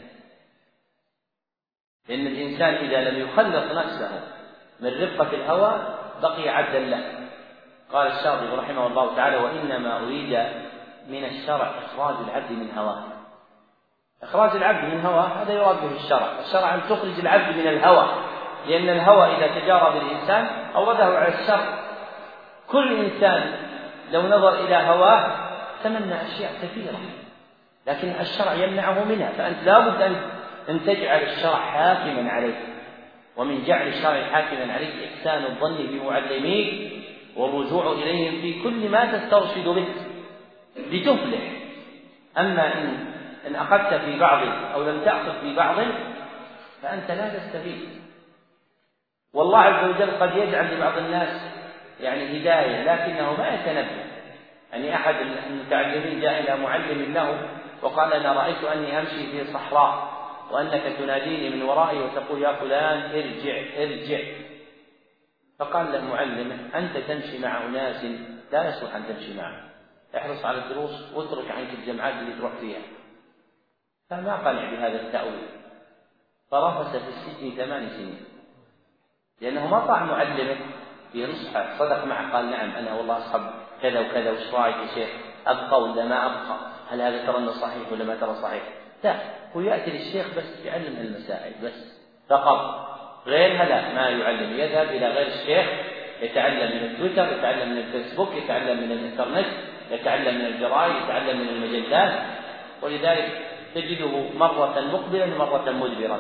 لأن الإنسان إذا لم يخلص نفسه من رفقة الهوى بقي عبدا له. قال الشاطبي رحمه الله تعالى: وإنما أريد من الشرع إخراج العبد من هواه. إخراج العبد من هواه هذا يراد به الشرع أن تخرج العبد من الهوى، لأن الهوى إذا تجارى بالإنسان أورده على الشر. كل إنسان لو نظر إلى هواه تمنى أشياء كثيرة، لكن الشرع يمنعه منها. فأنت لا بد أن تجعل الشرع حاكما عليك، ومن جعل الشرع حاكما عليك إحسان الظن بمعلميك والرجوع إليهم في كل ما تسترشد به لتفلح. أما إن أخذت في بعض أو لم تأخذ في بعض فأنت لا تستفيد. والله عز وجل قد يجعل لبعض الناس هداية لكنه ما يتنبه. أحد المتعلمين جاء إلى معلم له وقال: أنا رأيت أني أمشي في صحراء وأنك تناديني من ورائي وتقول يا فلان ارجع ارجع. فقال له معلمه: أنت تمشي مع أناس لا يصلح أن تمشي معهم، احرص على الدروس واترك عنك الجمعات اللي تروح فيها. فما قنع بهذا التأويل، فرفس في السجن 8 سنين، لأنه ما طاع معلمه بنصحه، صدق معه قال: نعم أنا والله أصحب كذا وكذا، وش رأيك يا شيخ، أبقى ولا ما أبقى؟ هل هذا ترى أنه صحيح ولا ما ترى صحيح؟ لا، هو يأتي للشيخ بس يعلم المسائل بس فقط، غيرها لا، ما يعلم. يذهب إلى غير الشيخ يتعلم من التويتر، يتعلم من الفيسبوك، يتعلم من الإنترنت، يتعلم من الجرائد، يتعلم من المجلات. ولذلك تجده مرة مقبلا مرة مدبرا،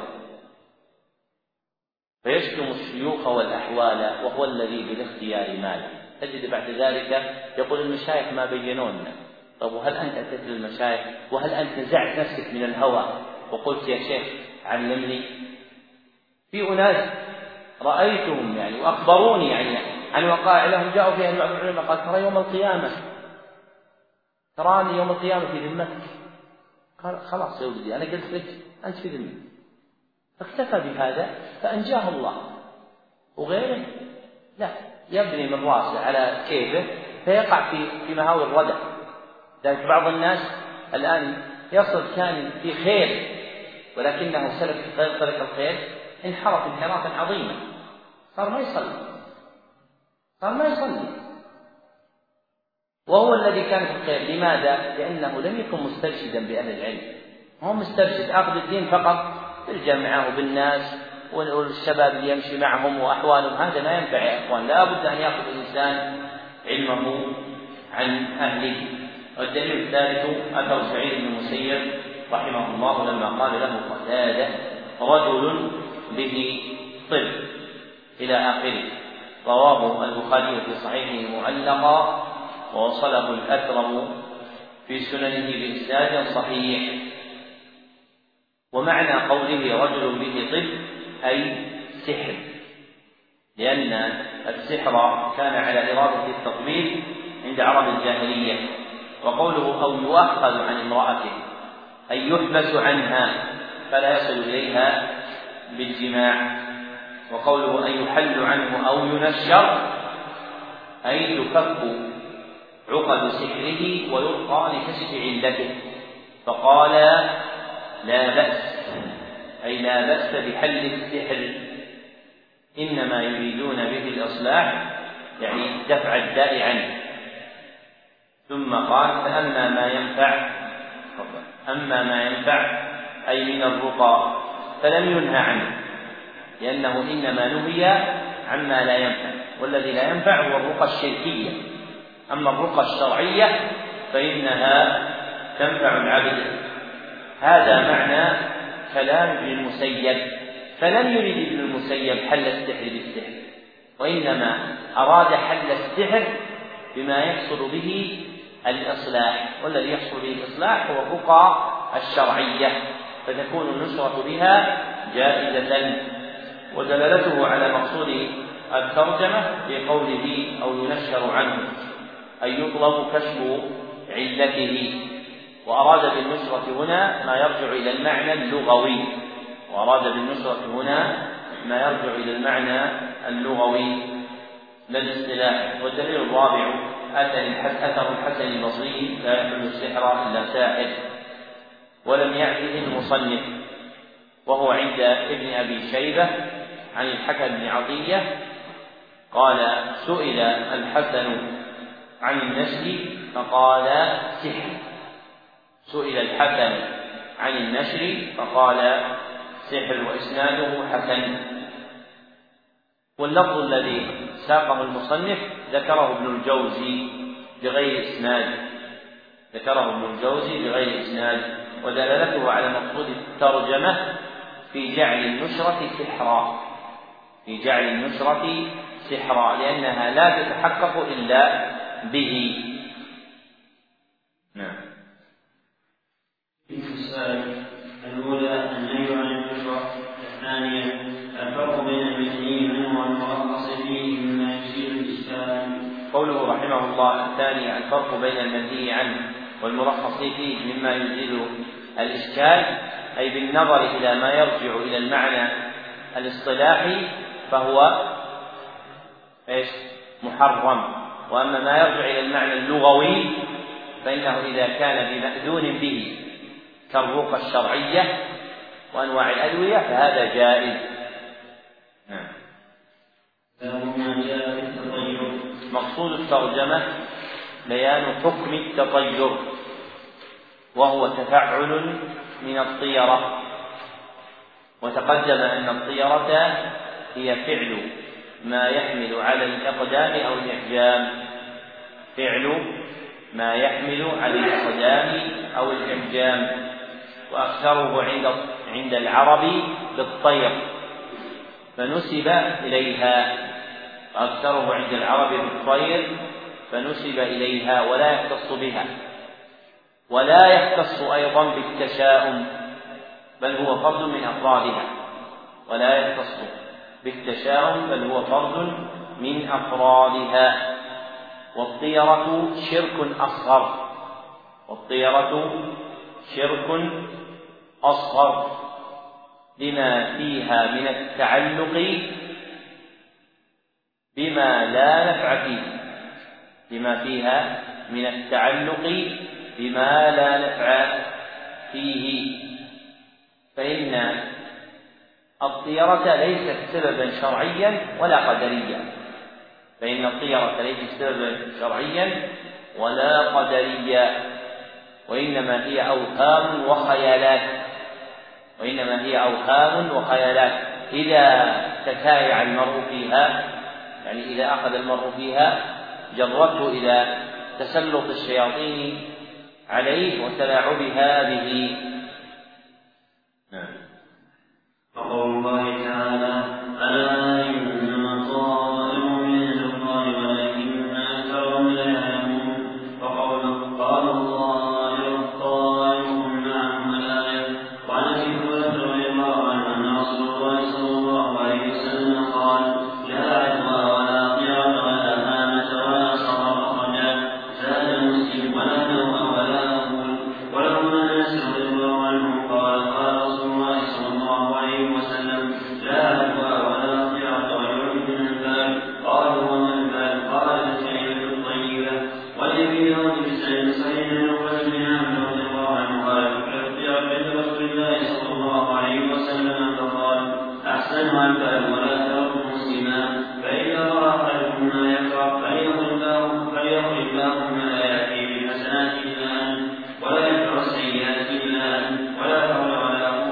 فيشتم الشيوخ والأحوال وهو الذي بالاختيار مال. تجد بعد ذلك يقول: المشايخ ما بينونا. طب وهل أنت أتيت للمشايخ؟ وهل أنت نزعت نفسك من الهوى وقلت يا شيخ علمني؟ في أناس رأيتهم وأخبروني عن وقائع لهم جاءوا فيها بعض العلماء قال: ترى يوم القيامة، تراني يوم القيامة في ذمتك. قال: خلاص يا ولدي أنا قلت لك أنت في ذمتي. فاكتفى بهذا فأنجاه الله. وغيره لا، يبني من رأسه على كيفه فيقع في مهاوي الردى. ذلك بعض الناس الآن يصل كان في خير ولكنه سلك غير طريق الخير، انحرف انحرافا عظيما، صار ما يصلي وهو الذي كان في الخير. لماذا؟ لأنه لم يكن مسترشدا بأهل العلم، هو مسترشد أخذ الدين فقط بالجمعة وبالناس والشباب اللي يمشي معهم وأحوالهم. هذا ما ينفع يا أخوان، لا بد أن يأخذ الإنسان علمه عن أهله. والدليل الثالث أثر سعيد بن المسيب رحمه الله لما قال له قتادة: رجل به طب إلى آخره. رواه البخاري في صحيحه معلقا، ووصله الأثرم في سننه بإسناد صحيح. ومعنى قوله رجل به طب أي سحر، لأن السحر كان على إرادة التطبيب عند عرب الجاهلية. وقوله أو يؤخذ عن امرأته أي يحبس عنها فلا يصل إليها بالجماع. وقوله أن يحل عنه أو ينشر أي يفك عقد سحره ويلقى لكشف علته. فقال: لا بأس، أي لا بأس بحل السحر، إنما يريدون به الإصلاح دفع الداء عنه. ثم قال: أما ما ينفع أي من الرقى، فلم ينهى عنه، لأنه إنما نهي عما لا ينفع، والذي لا ينفع هو الرقى الشركية. أما الرقى الشرعية فإنها تنفع العبد. هذا معنى كلام ابن المسيب. فلم يرد ابن المسيب حل السحر بالسحر، وإنما أراد حل السحر بما يحصل به الإصلاح، والذي يحصل به الإصلاح هو الرقى الشرعية، فتكون النشرة بها جائزة. ودلالته على مقصود الترجمة بقوله أو ينشر عنه، أي يطلب كشف علته. وأراد بالنشرة هنا ما يرجع إلى المعنى اللغوي، لا الاصطلاح. والدليل الرابع أثر الحسن البصري لا يحل السحر إلا ساحر، ولم يأته المصنف، وهو عند ابن أبي شيبة عن الحكم بن عطية قال: سئل الحسن عن النشر فقال سحر. سئل الحسن عن النشر فقال سحر، وإسناده حسن. واللفظ الذي ساقه المصنف ذكره ابن الجوزي بغير إسناد، ودلالته على مقصود الترجمة في جعل النشرة سحرا، لأنها لا تتحقق إلا به. نعم. الأولى النهي عن النشرة. الثانية الفرق بين المثني منه والمرخص فيه مما يزيل الإشكال. قوله رحمه الله: الثانية الفرق بين المنهي عنه والمرخص فيه مما يزيل الإشكال، أي بالنظر إلى ما يرجع إلى المعنى الاصطلاحي فهو محرم، وأما ما يرجع إلى المعنى اللغوي فإنه إذا كان بمأذون به كالرقى الشرعية وأنواع الأدوية فهذا جائز. مقصود الترجمة بيان حكم التطير، وهو تفعل من الطيرة. وتقدم أن الطيرة هي فعل ما يحمل على الإقدام أو الإحجام، وأكثره عند العرب بالطير فنسب إليها ولا يختص بها، ولا يختص أيضا بالتشاؤم، بل هو فرد من أفرادها. والطيرة شرك أصغر لما فيها من التعلق بما لا نفع فيه. فإن الطيرة ليست سببا شرعيا ولا قدريا، وإنما هي أوهام وخيالات إذا تتايع المرء فيها، يعني إذا أخذ المرء فيها جرته إلى تسلط الشياطين عليه وتلاعبها به. وقول الله تعالى: ألا إنما طائر من الأبطال ولكن أكثرهم لا يعلمون. وقوله: قال الله طائركم معكم الآية. وعن أبي هريرة رضي الله عنه أن رسول الله صلى الله عليه وسلم قال: لا عدوى ولا طيرة ولا هامة ولا صغر أخرجا. زاد مسلم: ولا نوم ولا أقول. ولهما أنس رضي الله عنه قال: قال رسول الله صلى الله عليه وسلم: لا عدوى ولا طيرة ويعد من البال. قالوا: وما البال؟ قال: الكلمة الطيبة. والذي يرد بسعيد صحيح الرجل بن عمرو رضي الله عنه قال: اختيار بيت رسول الله صلى الله عليه وسلم فقال: أحسنها البال ولا ترك مسلما، فإذا رأى أحدكم ما يكره فليقل اللهم لا يأتي بالحسنات إلا أنت ولا يدفع السيئات إلا أنت ولا حول ولا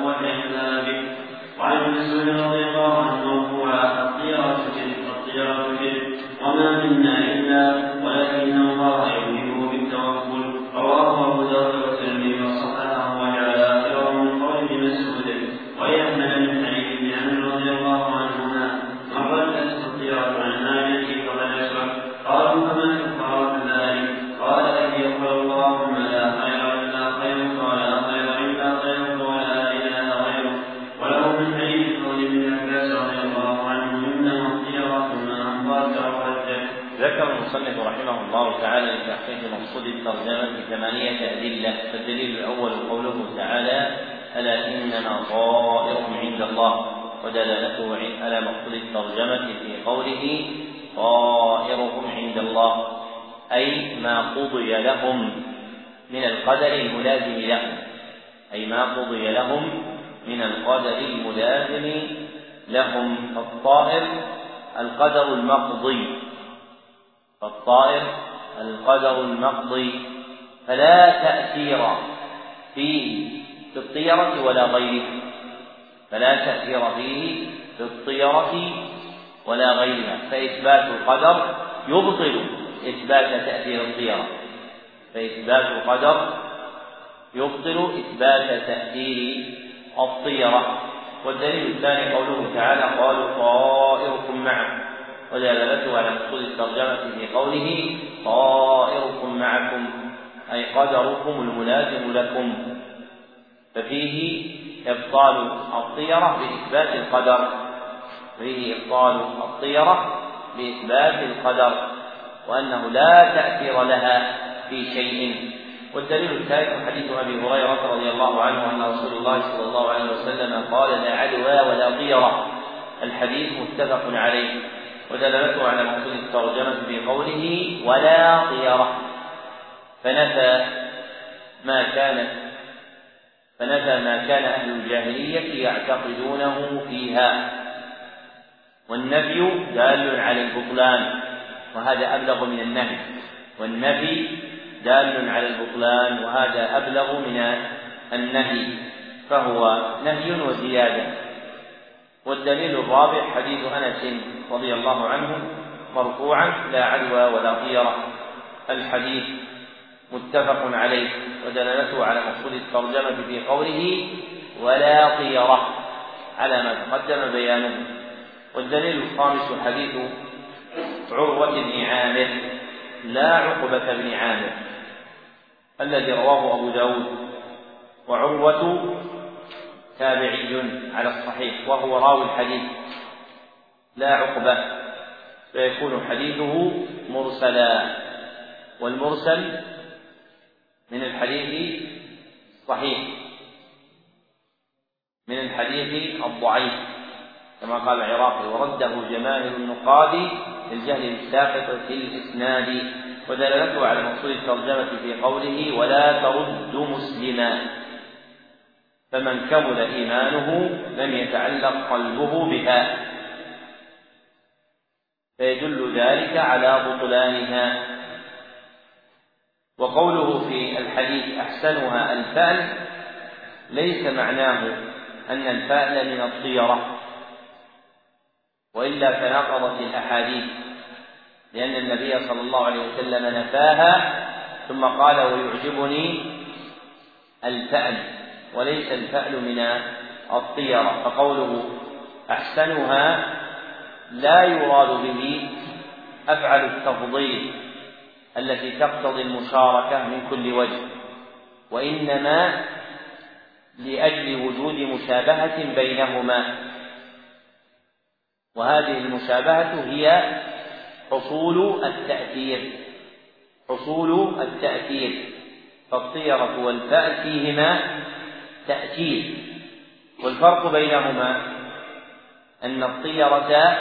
المصنف رحمه الله تعالى لتحقيق مقصود الترجمة 8 أدلة. فالدليل الأول قوله تعالى: ألا إنما طائرهم عند الله، ودلالته على مقصود الترجمة في قوله طائرهم عند الله، أي ما قضي لهم من القدر الملازم لهم، أي ما قضي لهم من القدر الملازم لهم. الطائر القدر المقضي، فالطائر القدر المقضي، فلا تأثير فيه في الطيرة ولا غيره، فلا تأثير فيه في الطيرة ولا غيرها، فإثبات القدر يبطل إثبات تأثير الطيرة، فإثبات القدر يبطل إثبات تأثير الطيرة. والدليل الثاني قوله تعالى: قالوا طائركم معكم، ودلالته على مقصود الترجمة في قوله طائركم معكم، أي قدركم الملازم لكم، ففيه إبطال الطيرة بإثبات القدر، فيه إبطال الطيرة بإثبات القدر، وأنه لا تأثير لها في شيء. والدليل الثالث حديث أبي هريرة رضي الله عنه أن رسول الله صلى الله عليه وسلم قال: لا عدوى ولا طيرة. الحديث متفق عليه، ودلالته على مقصود الترجمة في قوله ولا طيرة، فنفى ما كان أهل الجاهلية يعتقدونه فيها، والنفي دال على البطلان، وهذا أبلغ من النهي، والنفي دال على البطلان وهذا أبلغ من النهي، فهو نهي وزيادة. والدليل الرابع حديث أنس رضي الله عنه مرفوعا: لا عدوى ولا طيرة. الحديث متفق عليه، ودلالته على مقصود الترجمة في قوله ولا طيرة على ما تقدم بيانه. والدليل الخامس حديث عروة بن عامر لا عقبة بن عامر الذي رواه أبو داود، وعروة تابعي على الصحيح وهو راوي الحديث لا عقبة، فيكون حديثه مرسلا، والمرسل من الحديث الصحيح، من الحديث الضعيف كما قال العراقي: ورده جماهير النقاد للجهل الساقط في الإسناد. ودلالته على مقصود الترجمة في قوله ولا ترد مسلما، فمن كمل إيمانه لم يتعلق قلبه بها، فيدل ذلك على بطلانها. وقوله في الحديث أحسنها الفأل ليس معناه أن الفأل من الطيرة، وإلا تناقضت الأحاديث، لأن النبي صلى الله عليه وسلم نفاها ثم قال ويعجبني الفأل، وليس الفأل من الطيرة. فقوله أحسنها لا يراد به أفعل التفضيل التي تقتضي المشاركة من كل وجه، وإنما لأجل وجود مشابهة بينهما، وهذه المشابهة هي حصول التأثير، فالطيرة والفأل فيهما تأثير، والفرق بينهما أن الطيرة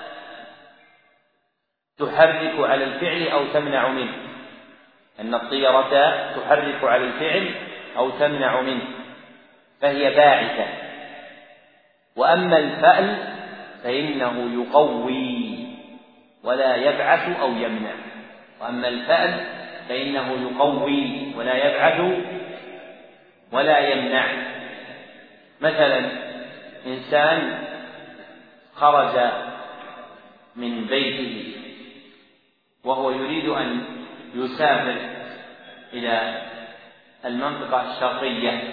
تحرك على الفعل أو تمنع منه، أن الطيرة تحرك على الفعل أو تمنع منه، فهي باعثة. وأما الفأل فإنه يقوي ولا يبعث أو يمنع، وأما الفأل فإنه يقوي ولا يبعث ولا يمنع. مثلا إنسان خرج من بيته وهو يريد أن يسافر إلى المنطقة الشرقية،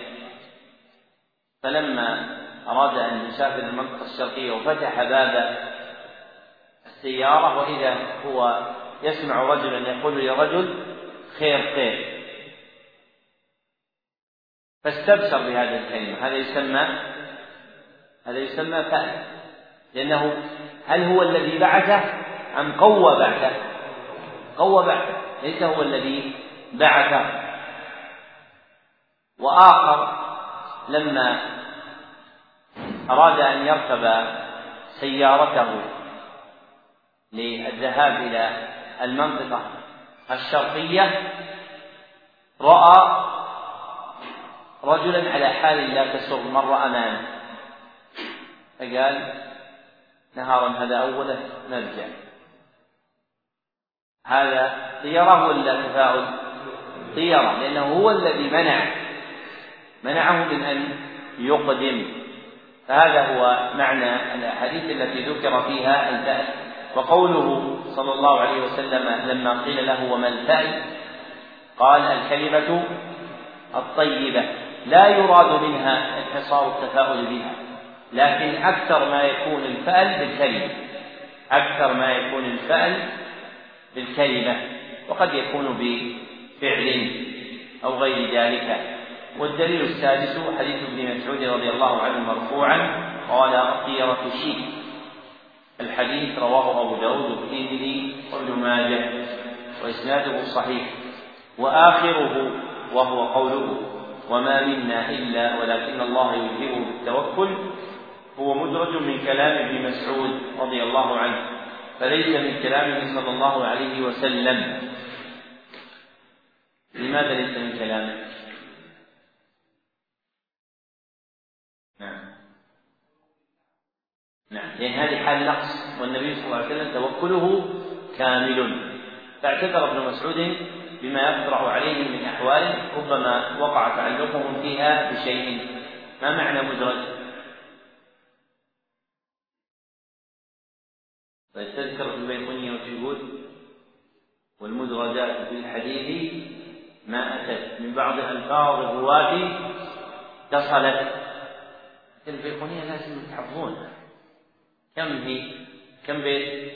فلما أراد أن يسافر المنطقة الشرقية وفتح باب السيارة وإذا هو يسمع رجلا يقول لرجل خير خير، فاستبشر بهذه الكلمة، هذا يسمى فأل، لأنه هل هو الذي بعثه أم قوى بعثه؟ قوى بعثه، ليس هو الذي بعثه. وآخر لما أراد أن يركب سيارته للذهاب إلى المنطقة الشرقية رأى رجلا على حال لا تسر مر أمامه، فقال نهارا هذا أوله نرجع. هذا طيرة ولا تفاؤل؟ طيرة، لأنه هو الذي منعه من أن يقدم. فهذا هو معنى الأحاديث التي ذكر فيها الفأل. وقوله صلى الله عليه وسلم لما قيل له وما الفأل قال الكلمة الطيبة، لا يراد منها انحصار التفاؤل بها، لكن أكثر ما يكون الفأل بالكلمة، أكثر ما يكون الفأل بالكلمة، وقد يكون بفعل أو غير ذلك. والدليل السادس حديث ابن مسعود رضي الله عنه مرفوعا قال الطيرة شيء. الحديث رواه أبو داود والترمذي وابن ماجه وإسناده صحيح. وآخره وهو قوله وما منا إلا ولكن الله يلهمه بالتوكل هو مدرج من كلام ابن مسعود رضي الله عنه، فليس من كلامه صلى الله عليه وسلم. لماذا ليس من كلامه؟ نعم، لأن هذه حال نقص، والنبي صلى الله عليه وسلم توكله كامل. فاعتذر ابن مسعود بما يقدر عليه من أحوال ربما وقع تعلقهم فيها بشيء. ما معنى مدرج؟ فيستذكر في البيقونية وتقول والمدرجات في الحديث ما أتت من بعض ألفاظ الرواة اتصلت. البيقونية لازم تحفظونها. كم بيت؟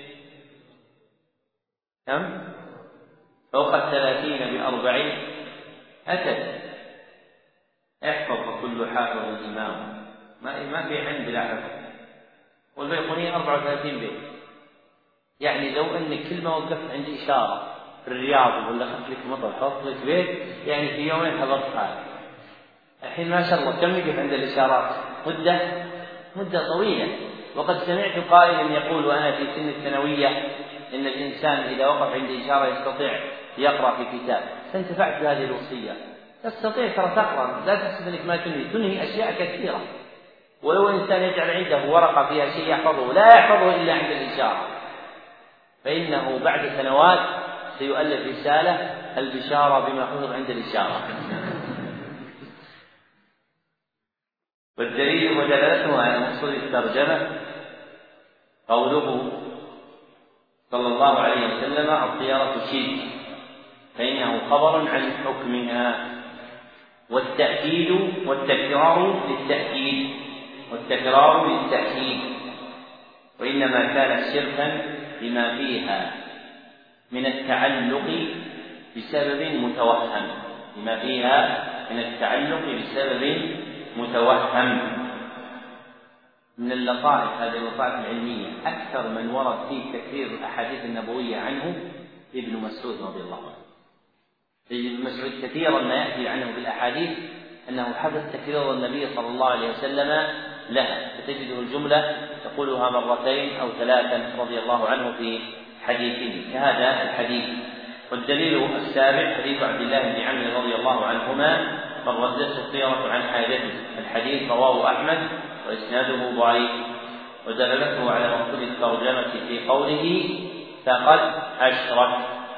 كم؟ فوق 30 ب40 أتت. احفظ كل حافظ إمام، ما في عند بلا حفظ. والبيقونية 34 بيت. يعني لو أنك كلمة وقفت عند إشارة في الرياض ولا خط لك مطر حط لك بيت، يعني في يومين حضرت هذا. الحين ما شاء الله كم يقف عند الإشارات؟ مدة طويلة. وقد سمعت قائلا يقول وأنا في سن الثانوية إن الإنسان إذا وقف عند إشارة يستطيع يقرأ في كتاب. فانتفعت بهذه الوصية. تستطيع ترى تقرأ، لا تحسب أنك ما تنهي أشياء كثيرة. ولو إنسان يجعل عنده ورقة فيها شيء يحفظه لا يحفظه إلا عند الإشارة، فإنه بعد سنوات سيؤلف رسالة البشارة بما حفظ عند الإشارة. والدليل ودلالته على مقصود الترجمة قوله صلى الله عليه وسلم الطيرة شيء، فإنه خبر عن حكمها. والتأكيد والتكرار للتأكيد، وإنما كانت شركا لما فيها من التعلق بسبب متوهم. من اللطائف، هذه اللطائف العلمية، أكثر من ورد فيه تكرير الأحاديث النبوية عنه ابن مسعود رضي الله عنه. ابن مسعود كثيرا ما يأتي عنه بالأحاديث أنه حدث تكرير النبي صلى الله عليه وسلم لها، فتجده الجملة تقولها مرتين أو ثلاثا رضي الله عنه في حديثه كهذا الحديث. والدليل السابع حديث عبد الله بن عمرو رضي الله عنهما من ردته الطيرة عن حاجته. الحديث رواه أحمد وإسناده ضعيف. ودلالته على مقصود الترجمة في قوله فقد أشرك،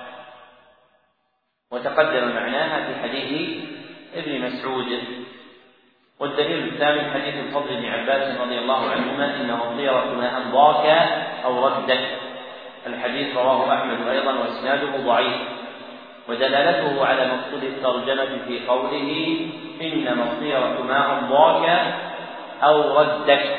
وتقدم معناها في حديث ابن مسعود. والدليل الثامن حديث الفضل بن عباس رضي الله عنهما إنه الطيرة ما أمضاك أو ردك. الحديث رواه أحمد أيضا وإسناده ضعيف. ودلالته على مقصود الترجمة في قوله إنما الطيرة ما أمضاك أو ردك،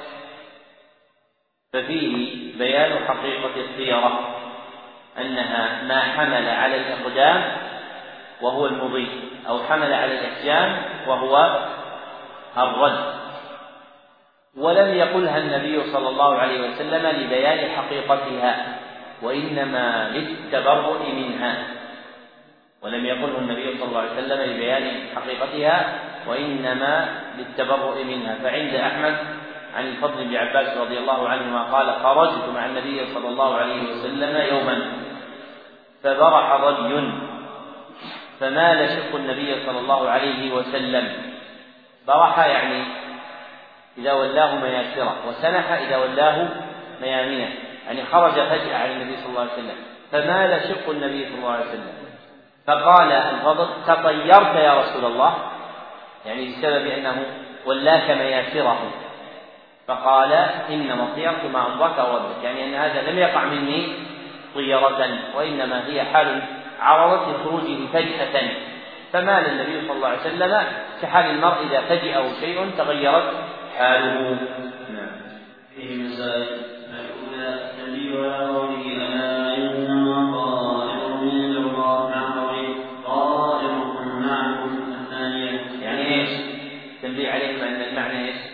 ففيه بيان حقيقة الطيرة أنها ما حمل على الإقدام وهو المضي، أو حمل على الإحجام وهو الرد. ولم يقلها النبي صلى الله عليه وسلم لبيان حقيقتها، وإنما للتبرؤ منها، ولم يقله النبي صلى الله عليه وسلم لبيان حقيقتها، وإنما للتبرؤ منها. فعند أحمد عن الفضل بن عباس رضي الله عنهما قال: خرجت مع النبي صلى الله عليه وسلم يوما فبرح ظبي فمال شق النبي صلى الله عليه وسلم. برح يعني إذا ولاه مياسره، وسنح إذا ولاه ميامنه، يعني خرج فجأة عن النبي صلى الله عليه وسلم، فمال شق النبي صلى الله عليه وسلم. فقال الفضل: تطيرت يا رسول الله، يعني بسبب أنه ولاك مياسره. فقال: إنما طيرت مع الله وربك، يعني أن هذا لم يقع مني طيرة، وإنما هي حال عرضت خروجه فجأة. فمال النبي صلى الله عليه وسلم كحال المرء إذا فجأه شيء تغيرت حاله. فيه مسائل. الأولى النبي على قوله: ألا إنما طائر من الله مع قوله طائركم معكم. الثانية يعني إيش؟ تنبيه عليهم أن المعنى إيش؟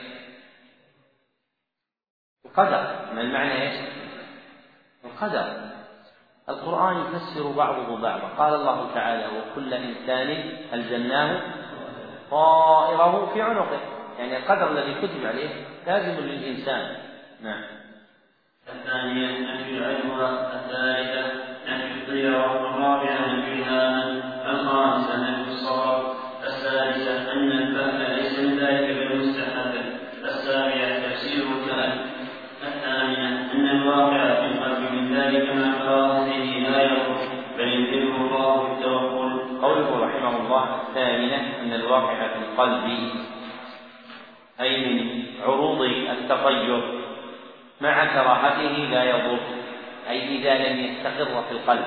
القدر. ما المعنى إيش؟ القدر. القرآن يفسر بعضه بعضا. قال الله تعالى: وكل إنسان ألزمناه طائره في عنقه، يعني القدر الذي كتب عليه لازم للإنسان. نعم. الثانية نفي العدوى. الثالثة نفي الطيرة. الرابعة نفي الهامة. الخامسة نفي الصواب. السادسة أن الفهم ليس من ذلك بالمستحب. السابعة تفسير الكلام. الثامنة أن الواقع في القلب من ذلك مع كراهته لا يضر، بل ينزله الله بالتوكل. قوله رحمه الله: الثامنة أن الواقع في القلب أي من عروض التطير مع كراهته لا يضر، أي إذا لم يستقر في القلب،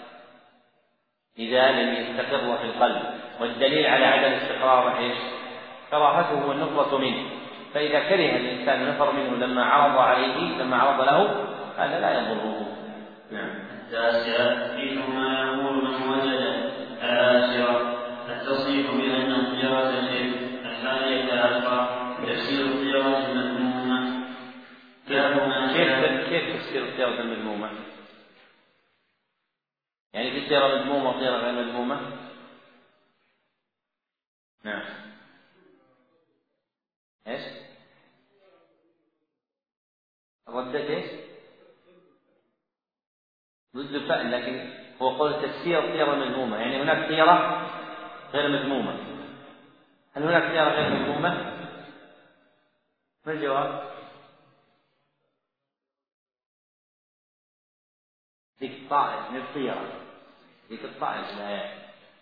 إذا لم يستقر في القلب. والدليل على عدم استقرار إيش؟ كراهته والنفرة منه. فإذا كره الإنسان نفر منه لما عرض له، هذا لا يضره. نعم. التاسعة فيه ما يقول من وجد. العاشرة التصريح بأن الطيرة شرك. الحادية عشرة تفسير الطيرة المذمومة. كيف تفسير الطيرة المذمومة؟ يعني في طيرة مذمومة وطيرة غير مذمومة؟ نعم. ايش؟ ردت ايش؟ ضد الفعل، لكن هو قول تفسير الطيرة المذمومة، يعني هناك طيرة غير مذمومة. هل هناك طيرة غير مذمومة؟ ما الجواب؟ ذيك الطائر من الطيرة، ذيك الطائر في الآيات.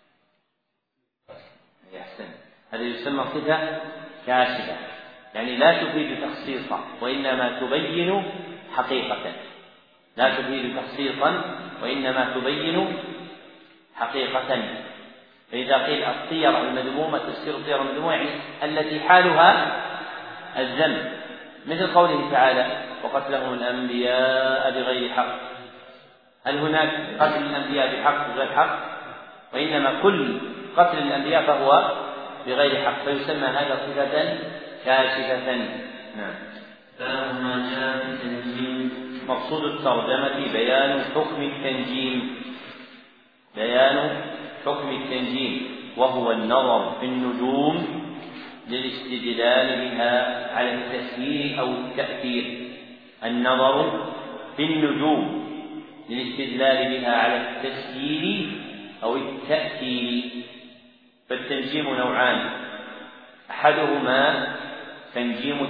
أحسن. هذا يسمى صفة كاشفة، يعني لا تفيد تخصيصا وإنما تبين حقيقة. لا تفيد تخصيصا وإنما تبين حقيقة. فإذا قيل الطيرة المذمومة، تفسير الطيرة المذمومة يعني التي حالها الذم، مثل قوله تعالى: وقتلهم الأنبياء بغير حق. هل هناك قتل الأنبياء بحق وغير حق؟ وإنما كل قتل الأنبياء فهو بغير حق، فيسمى هذا صفة كاشفة. نعم. فما جاء في التنجيم. مقصود الترجمة بيان حكم التنجيم، بيان حكم التنجيم، وهو النظر في النجوم للاستدلال بها على التسهيل أو التأثير. النظر في النجوم للاستدلال بها على التسهيل أو التأثير. فالتنجيم نوعان: أحدهما تنجيم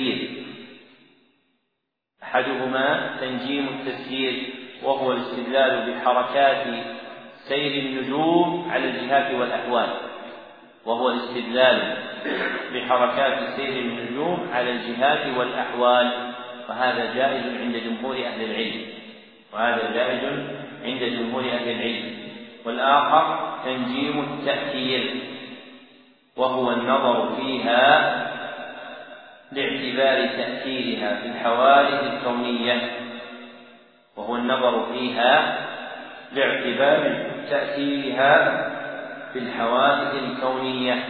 التسيير، وهو الاستدلال بحركات سير النجوم على الجهات والأحوال، وهذا جائز عند جمهور أهل العلم. والآخر تنجيم التأثير، وهو النظر فيها لاعتبار تأثيرها في الحوادث الكونية.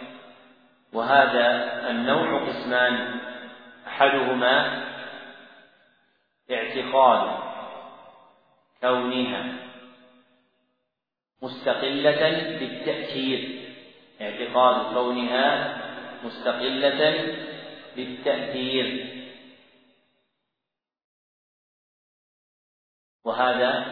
وهذا النوع قسمان: أحدهما اعتقاد كونها مستقلة بالتأثير، اعتقاد كونها مستقلة بالتأثير، وهذا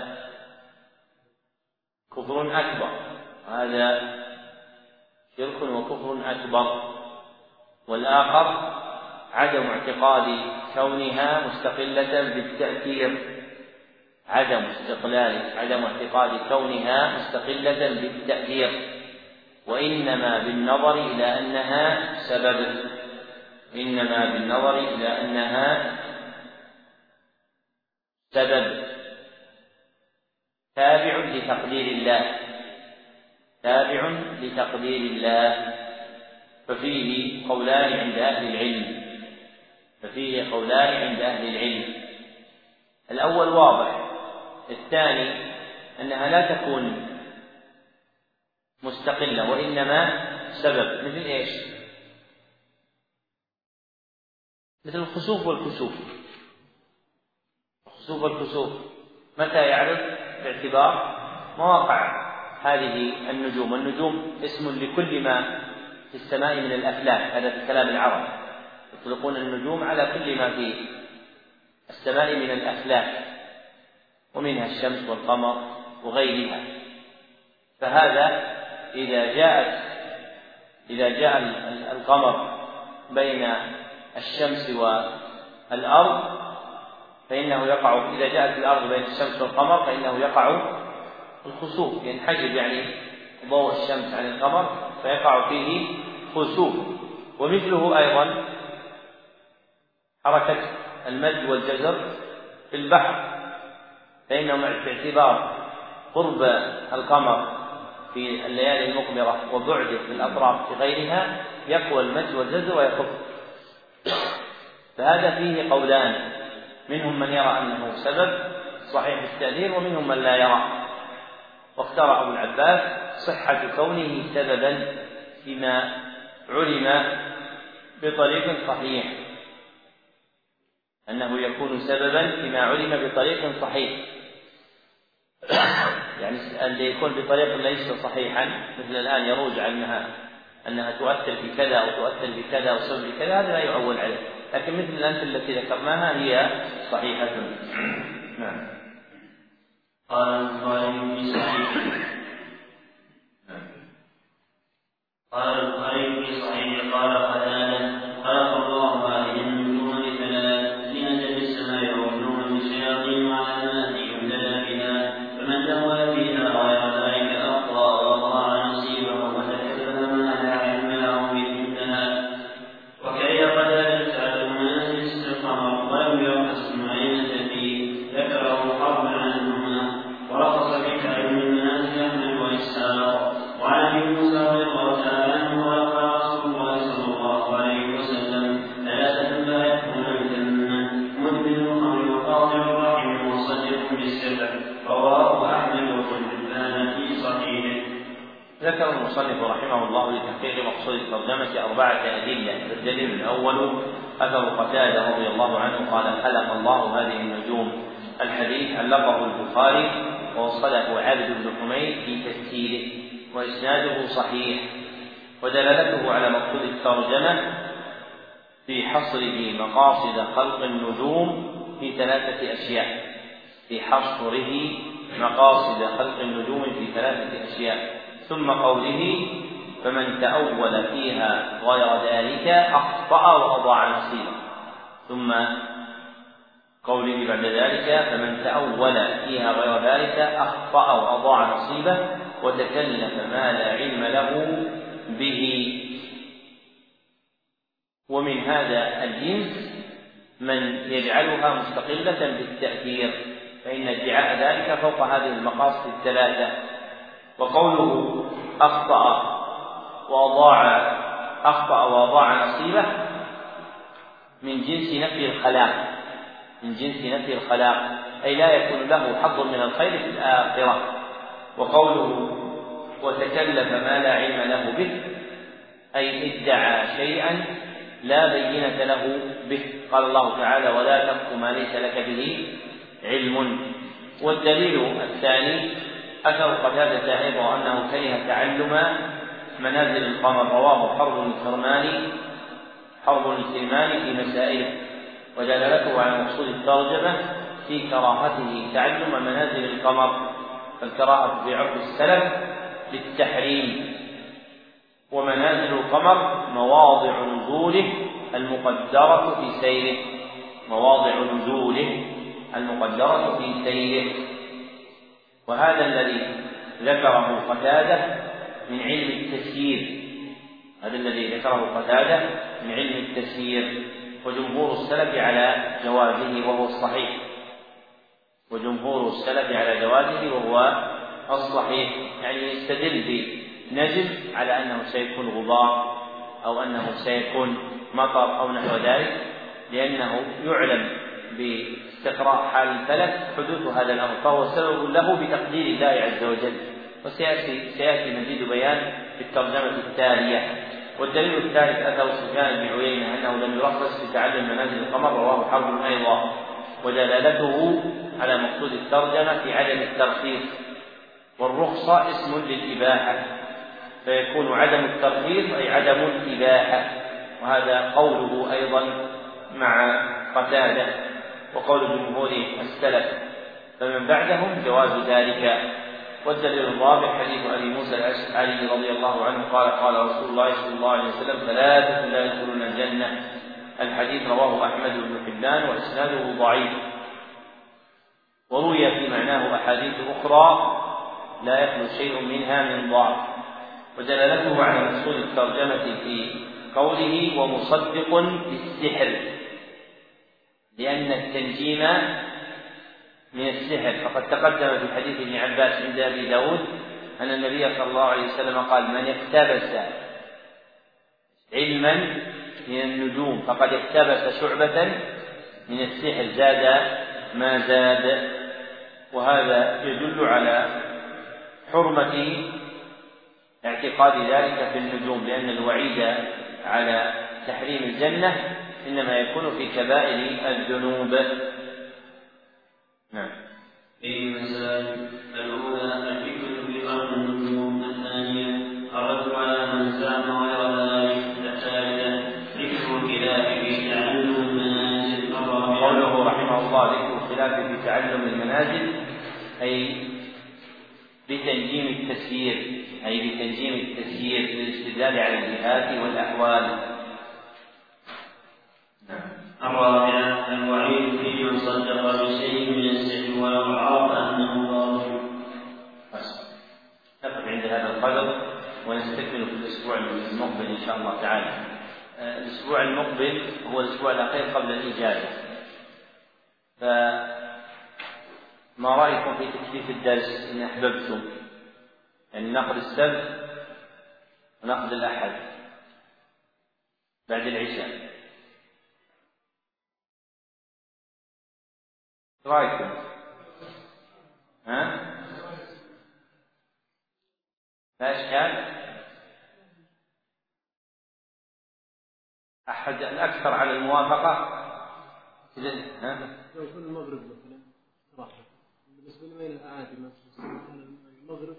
كفر أكبر، هذا شرك وكفر أكبر. والآخر عدم اعتقاد كونها مستقلة بالتأثير، عدم اعتقاد كونها مستقلة بالتأثير، وإنما بالنظر إلى أنها سبب تابع لتقدير الله. ففيه قولان عند أهل العلم، الأول واضح، الثاني أنها لا تكون مستقلة وإنما سبب. مثل إيش؟ مثل الخسوف والكسوف، متى يعرض؟ باعتبار مواقع هذه النجوم اسم لكل ما في السماء من الأفلاك، هذا في كلام العرب، يطلقون النجوم على كل ما في السماء من الأفلاك، ومنها الشمس والقمر وغيرها. فهذا إذا جاء القمر بين الشمس والأرض فإنه يقع، إذا جاءت الأرض بين الشمس والقمر فإنه يقع الخسوف، ينحجب يعني ضوء الشمس عن القمر فيقع فيه خسوف. ومثله أيضا حركة المد والجزر في البحر، فإنه باعتبار قرب القمر في الليالي المقمرة وبعده في الأطراف في غيرها يقوى المد والجزر ويخف. فهذا فيه قولان، منهم من يرى أنه سبب صحيح التأثير، ومنهم من لا يرى. واختار أبو العباس صحة كونه سببا فيما علم بطريق صحيح، أنه يكون سببا فيما علم بطريق صحيح، يعني أن يكون بطريق ليس صحيحا، مثل الآن يروج أنها تؤثر في كذا أو تؤثر بكذا أو سبب كذا، هذا لا يعول عليه. لكن مثل الأمثلة التي ذكرناها هي صحيحة. نعم. قال البخاري في صحيح قال قتادة خلق الله هذه النجوم لثلاث: زينة للسماء وعلوما للشياطين وعلامات يهتدى بها، فمن تأول فيها غير ذلك أخطأ وأضاع نصيبه وتكلم ما لا علم له بمثلها. وكره قتادة سعد بن أنس القمر ولم يرخص معينة فيه، ذكره حربا عنهما، ورخص بكعب من الناس أحمد وإسحاق. وعن أبي موسى رضي الله تعالى عنه قال رسول الله صلى الله عليه وسلم: ثلاثة لا يدخلون الجنة: مدمن الخمر وقاطع الرحم ومصدق بالسحر. رواه أحمد وابن حبان في صحيحه. ذكر المصنف رحمه الله لتحقيق مقصود الترجمة 4 أدلة. الدليل الأول أثر قتادة رضي الله عنه قال: خلق الله هذه النجوم. الحديث علقه البخاري ووصله عبد بن حميد في تفسيره، وإسناده صحيح. ودلالته على مقصود الترجمة في حصره مقاصد خلق النجوم في 3 أشياء، ثم قوله: فمن تأول فيها غير ذلك أخطأ وأضاع نصيبه، ثم قوله بعد ذلك: فمن تأول فيها غير ذلك أخطأ وأضاع نصيبه وتكلف ما لا علم له به. ومن هذا الجنس من يجعلها مستقلة بالتأثير، فإن ادعاء ذلك فوق هذه المقاصد 3. وقوله أخطأ وأضاع نصيبه من جنس نفي الخلاق، أي لا يكون له حظ من الخير في الآخرة. وقوله وتكلف ما لا علم له به، أي ادعى شيئا لا بينة له به. قال الله تعالى: ولا تقف ما ليس لك به علم. والدليل الثاني أثر قتادة أيضا أنه كره تعلم منازل القمر، رواه حرب الكرماني في مسائله، ودلالته على مقصود الترجمة في كراهته تعلم منازل القمر، فالكراهة في عرف السلف للتحريم. ومنازل القمر مواضع نزوله المقدرة في سيره، وهذا الذي ذكره قتادة من علم التسيير، وجمهور السلف على جوازه وهو الصحيح، يعني يستدل بنجم على أنه سيكون غبار أو أنه سيكون مطر أو نحو ذلك، لأنه يعلم باستقراء حال الفلك حدوث هذا الأمر، فهو سبب له بتقدير الله عز وجل، وسيأتي مزيد بيان في الترجمة التالية. والدليل الثالث أثر سفيان بن عيينة أنه لم يرخص في تعلم منازل القمر، رواه حرب أيضا، ودلالته على مقصود الترجمة في عدم الترخيص، والرخصة اسم للإباحة، فيكون عدم الترخيص أي عدم الإباحة، وهذا قوله أيضا مع قتادة وقول جمهور السلف فمن بعدهم جواز ذلك. والدليل الرابع حديث أبي موسى الأشعري رضي الله عنه قال رسول الله صلى الله عليه وسلم 3 لا يدخلون الجنة، الحديث رواه أحمد بن حبان وإسناده ضعيف، وروي في معناه أحاديث أخرى لا يخلو شيء منها من ضعف. ودلالته على مقصود الترجمة في قوله ومصدق بالسحر، لأن التنجيم من السحر، فقد تقدم في حديث ابن عباس عند أبي داود أن النبي صلى الله عليه وسلم قال من اقتبس علما من النجوم فقد اقتبس شعبة من السحر زاد ما زاد. وهذا يدل على حرمة اعتقاد ذلك في النجوم، لأن الوعيد على تحريم الجنة إنما يكون في كبائر الذنوب. نعم. في مسائل الأولى الفكر في خلق النجوم، الثانية الرد على من زعم غير ذلك، الثالثة ذكر الخلاف في تعلم المنازل، قوله رحمه الله ذكر الخلاف في تعلم المنازل أي بتنجيم التسيير للاستدلال على الجهات والأحوال. الرابعة الوعيد في من صدق بشيء من السحر ولو عرف أنه باطل. نقف عند هذا القدر ونستكمل في الأسبوع المقبل إن شاء الله تعالى. الأسبوع المقبل هو الأسبوع الأخير قبل الإجازة، فما رأيكم في تكثيف الدرس إن أحببتم؟ يعني نأخذ السبت ونأخذ الأحد بعد العشاء، رأيكم؟ لا إشكال؟ أحد الأكثر على الموافقة؟ لو كل المغرب مثلا صراحة بالنسبة لي وين عادي المغرب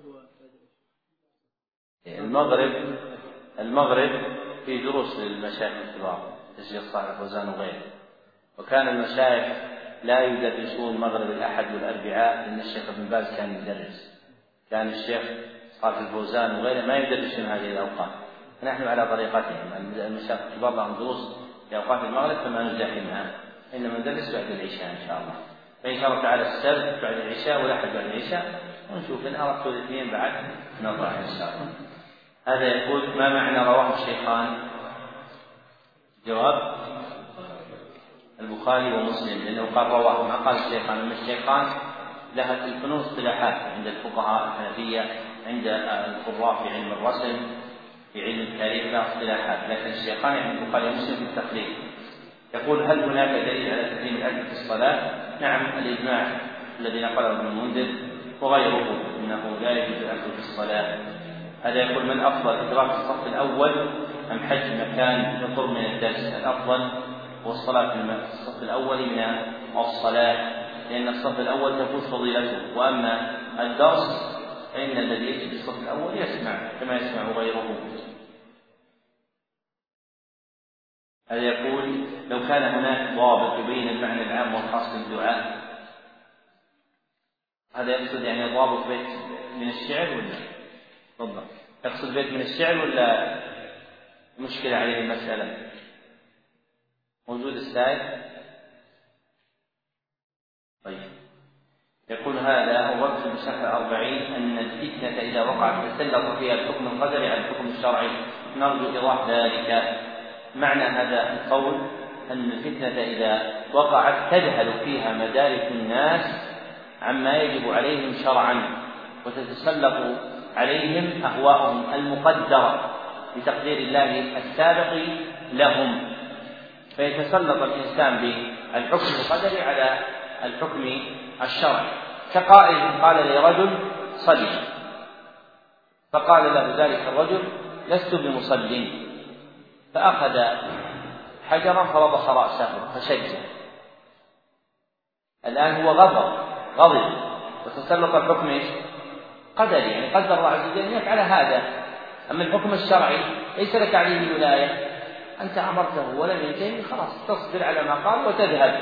المغرب في دروس للمشايخ الكبار الشيخ صالح الفوزان وغيره، وكان المشايخ لا يدرسون مغرب الأحد والأربعاء، لأن الشيخ ابن باز كان يدرس، كان الشيخ صالح الفوزان وغيره ما يدرسون هذه الأوقات، فنحن على طريقتهم. المشايخ الكبار لهم دروس في أوقات المغرب فما نزاحمها، إنما ندرس بعد العشاء إن شاء الله. فإن شاء الله تعالى السبت بعد العشاء والأحد بعد العشاء، ونشوف إن أردت الاثنين بعد نطرح إن شاء الله. هذا يقول ما معنى رواه الشيخان؟ جواب البخاري ومسلم، لأنه قال رواه ما قال الشيخان، أما الشيخان لها في الفنون اصطلاحات عند الفقهاء الحنفية، عند القراء في علم الرسم، في علم التاريخ لها اصطلاحات، لكن الشيخان يعني البخاري ومسلم في التقريب. يقول هل هناك دليل على تقديم الأكل في الصلاة؟ نعم، الإجماع الذي نقله ابن المنذر وغيره إنه لا يجوز الأكل في الصلاة. هذا يقول من أفضل إدراك الصف الأول أم حجز مكان يقرب من الدرس؟ الأفضل هو الصلاة في الصف الأول من الصلاة، لأن الصف الأول تفوت فضيلته، وأما الدرس فإن الذي يجي في الصف الأول يسمع كما يسمع غيره. هذا يقول: لو كان هناك ضابط يبين المعنى العام والخاص للدعاء، هذا يقصد يعني ضابط بيت من الشعر ولا؟ تفضل. يقصد بيت من الشعر ولا مشكلة عليه المسألة؟ موجود السائل؟ طيب. يقول: هذا الرد بشرح 40 أن الفتنة إذا وقعت تسلط فيها الحكم القدري على الحكم الشرعي، نرجو إيضاح ذلك. معنى هذا القول أن الفتنة إذا وقعت تذهل فيها مدارك الناس عما يجب عليهم شرعا، وتتسلط عليهم أهواءهم المقدرة بتقدير الله السابق لهم، فيتسلط الإنسان بالحكم القدري على الحكم الشرعي. كقائل قال لرجل: صل، فقال له ذلك الرجل: لست بمصل، فأخذ حجرا فرضخ رأسه فشجه. الآن هو غضب وتسلط الحكم قدري، يعني قدر الله عز وجل أن يفعل هذا. أما الحكم الشرعي ليس لك عليه ولاية، أنت أمرته ولم ينتهي، خلاص تصبر على ما قال وتذهب.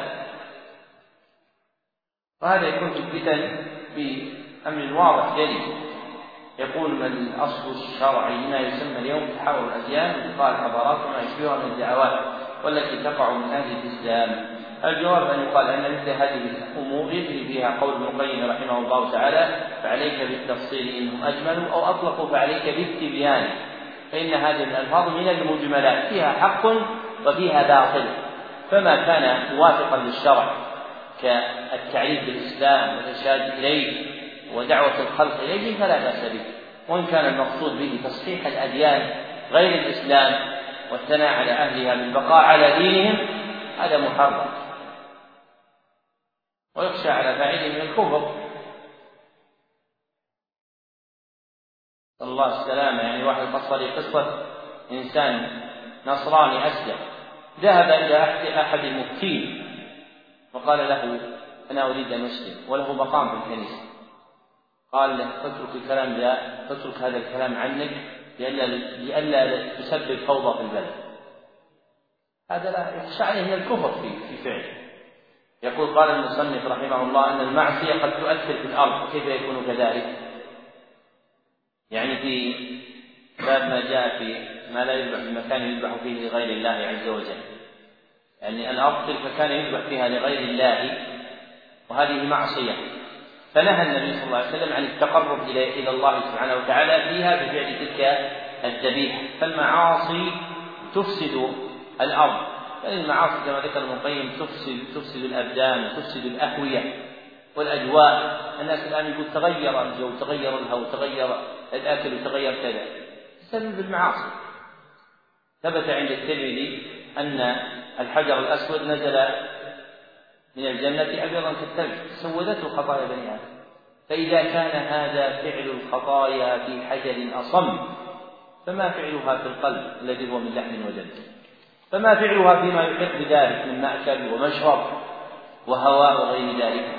وهذا يكون في الفتن بأمر واضح جلي. يقول: ما الأصل الشرعي ما يسمى اليوم تحول الأديان وانتقال الحضارات وما يشبهها من الدعوات والتي تقع من أهل الإسلام؟ الجواب أن يقال أن مثل هذه الأمور يجري فيها قول ابن القيم رحمه الله تعالى: فعليك بالتفصيل إنهم أجملوا، أو أطلقوا فعليك بالتبيان، فإن هذه الألفاظ من المجملات فيها حق وفيها باطل، فما كان موافقا للشرع كالتعريف بالإسلام والإرشاد إليه ودعوة الخلق إليه فلا بأس به، وإن كان المقصود به تصحيح الأديان غير الإسلام والثناء على أهلها بالبقاء على دينهم هذا محرم، ويخشى على فاعله من الكفر. صلى الله عليه وسلم يعني واحد قصر قصة إنسان نصراني أسلم، ذهب إلى أحد المفتين وقال له: أنا أريد أن أسلم، وله مقام في الكنيسة. قال له: اترك هذا الكلام عنك لئلا تسبب فوضى في البلد. هذا لا يخشى عليه من الكفر في فعله. يقول: قال المصنف رحمه الله أن المعصية قد تؤثر في الأرض. كيف يكون كذلك؟ يعني في باب ما جاء في ما لا يذبح في مكان يذبح فيه لغير الله عز وجل، يعني الأرض تلك كان يذبح فيها لغير الله وهذه معصية، فنهى النبي صلى الله عليه وسلم عن التقرب إلى الله سبحانه وتعالى فيها بفعل تلك الذبيحة. فالمعاصي تفسد الأرض، بل المعاصي كما ذكر ابن القيم تفسد الأبدان وتفسد الأهوية والأجواء. الناس الآن يقول: تغير الجو، تغير الهواء، تغير الأكل، وتغير كذا بسبب المعاصي. ثبت عند الترمذي أن الحجر الأسود نزل من الجنة أبيضا كالثلج سودته خطايا بني آدم. فإذا كان هذا فعل الخطايا في حجر أصم، فما فعلها في القلب الذي هو من لحم ودم؟ فما فعلها فيما يحيط بذلك من مأكل ومشرب وهواء وغير ذلك؟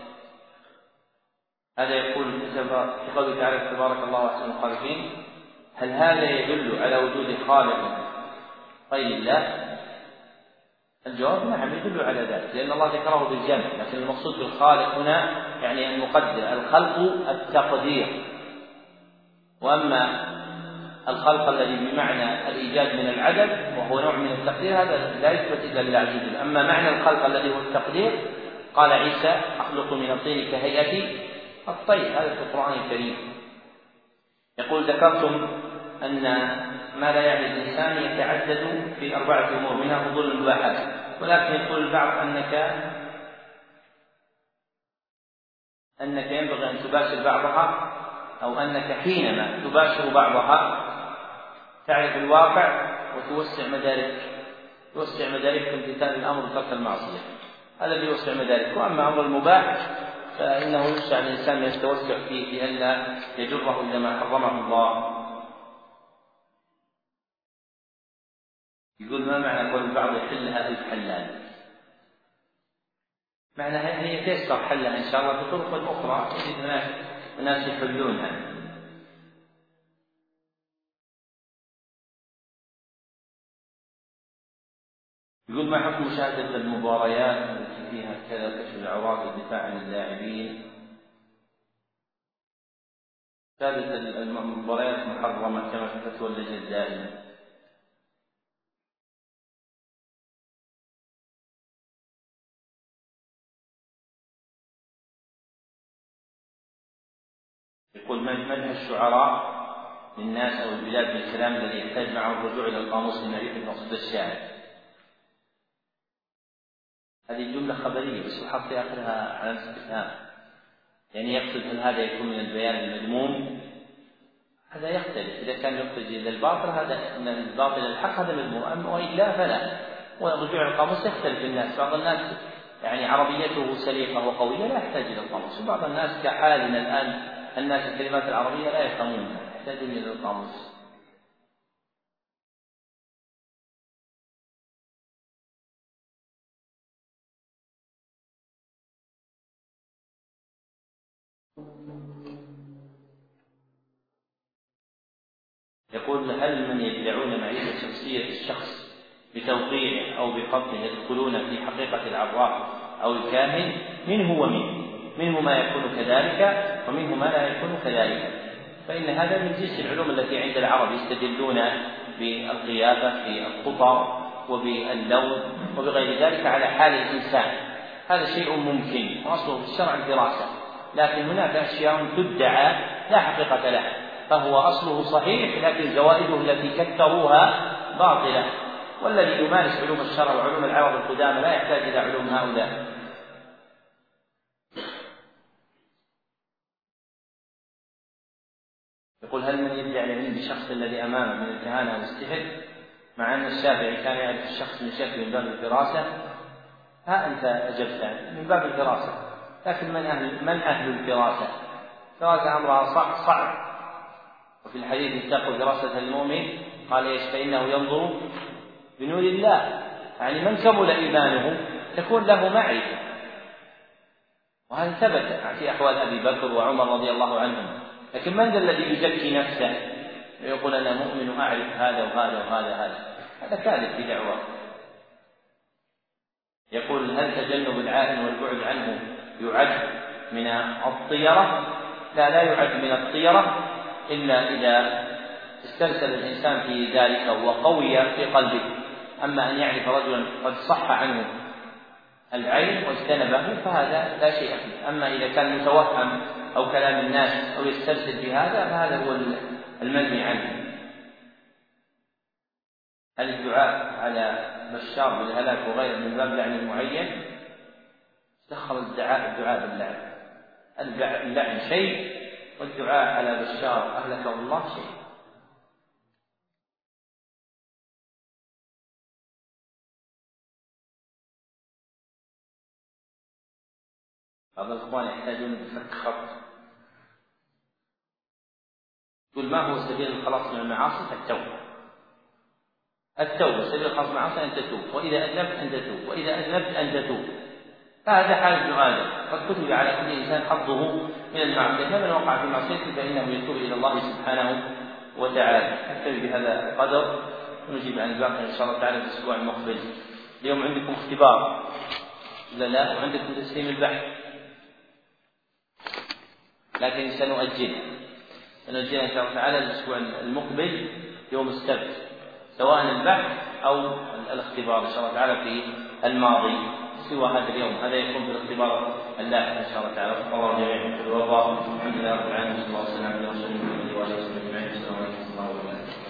هذا يقول في قوله تعالى: تبارك الله أحسن الخالقين. هل هذا يدل على وجود خالق غير الله؟ الجواب: نعم، يدل على ذلك، لأن الله ذكره بالجمع، لكن المقصود بالخالق هنا يعني المقدر. الخلق التقدير، وأما الخلق الذي بمعنى الإيجاد من العدم وهو نوع من التقدير هذا لا يثبت إلا للعزيز. أما معنى الخلق الذي هو التقدير قال عيسى: أخلق من الطين كهيئة الطير، هذا في القرآن الكريم. يقول: ذكرتم أن ما لا يعني الإنسان يتعدد في 4 أمور منها فضول المباحات، ولكن يقول البعض أنك ينبغي أن تباشر بعضها، أو أنك حينما تباشر بعضها تعرف الواقع وتوسع مدارك في امتثال الأمر وترك المعصية. هذا اللي يوسع مدارك. وأما أمر المباح فإنه يخشى على الإنسان أن يتوسع فيه لئلا يجره إلى ما حرمه الله. يقول: ما معنى قول البعض يحلها الحلال؟ معناها أن يتيسر حلها إن شاء الله بطرق أخرى يجد الناس يحلونها. يقول ما حكم مشاهدة المباريات التي فيها كذا كشف العورات والدفاع عن اللاعبين؟ مشاهدة المباريات محرمة كما في فتوى اللجنة الدائمة. يقول منهج الشعراء للناس أو البلاد بالكلام الذي يحتاج معه الرجوع إلى القاموس لمعرفة مقصود الشاعر. هذه جملة خبرية بس يحط في آخرها علامة استفهام، يعني يقصد هل هذا يكون من البيان المذموم؟ هذا يختلف، إذا كان يخرج إلى الباطل هذا من الباطل الحق هذا مذموم، أما وإلا فلا. ورجوع القاموس يختلف الناس، بعض الناس يعني عربيته سليقة وقوية لا يحتاج إلى القاموس، وبعض الناس كحالنا الآن الناس الكلمات العربية لا يفهمونها يحتاجون إلى القاموس. يقول هل من يدعون معرفة شخصية الشخص بتوقيعه أو بقبضه يدخلون في حقيقة العراف أو الكاهن؟ منه ومنه، منه ما يكون كذلك ومنه ما لا يكون كذلك، فإن هذا من جنس العلوم التي عند العرب يستدلون بالقيافة في القطر وباللون وبغير ذلك على حال الإنسان. هذا شيء ممكن وأصله في الشرع الدراسة، لكن هناك أشياء تدعى لا حقيقة لها، فهو أصله صحيح لكن زوائده التي كثروها باطلة. والذي يمارس علوم الشرع وعلوم العرب القدامى لا يحتاج إلى علوم هؤلاء. يقول هل من يدعي العلم بشخص الذي أمامه من الكهانة والسحر مع أن الشافعي كان يعرف الشخص من شكل من باب الفراسة؟ ها أنت أجبت من باب الفراسة، لكن من أهل الفراسة؟ فراسة أمرها صعب، وفي الحديث اتقوا دراسة المؤمن قال ايش؟ فإنه ينظر بنور الله، يعني من كمل إيمانه تكون له معرفة، وهذا ثبت في أحوال أبي بكر وعمر رضي الله عنهم. لكن من ذا الذي يزكي نفسه ويقول أنا مؤمن أعرف هذا وهذا وهذا؟ هذا كاذب في دعوة. يقول هل تجنب العائن والبعد عنه يعد من الطيرة؟ لا يعد من الطيرة إلا إذا استرسل الإنسان في ذلك وقوي في قلبه. أما أن يعرف رجلا قد صح عنه العين واجتنبه فهذا لا شيء فيه. أما إذا كان متوهم أو كلام الناس أو يسترسل في هذا فهذا هو المنهي عنه. هل الدعاء على بشار بالهلاك وغيره من باب لعن معين؟ دخل الدعاء باللعن. اللعن شيء والدعاء على بشار أهلكه الله شيء. بعض الإخوان يحتاجون بفك خط. يقول ما هو سبيل الخلاص من المعاصي؟ التوبة سبيل الخلاص من المعاصي أن تتوب، وإذا أذنبت أن تتوب، وإذا أذنبت أن تتوب. فهذا حال ابن آدم، قد كتب على كل إنسان حظه من المعصية، فمن وقع في معصيته فإنه يتوب إلى الله سبحانه وتعالى. نكتفي بهذا القدر ونجيب عن الباقي إن شاء الله تعالى في الأسبوع المقبل. اليوم عندكم اختبار لا وعندكم تسليم البحث، لكن سنؤجل إن شاء الله تعالى الأسبوع المقبل يوم السبت، سواء البحث أو الاختبار إن شاء الله تعالى في الماضي سوى هذا اليوم. هذا يكون في الاختبار اللاحق إن شاء الله تعالى. وفق الله جميعا في الوضع. الحمد لله رب العالمين، صلى الله عليه وسلم على رسوله وعلى آله وصحبه أجمعين. السلام عليكم ورحمة الله وبركاته.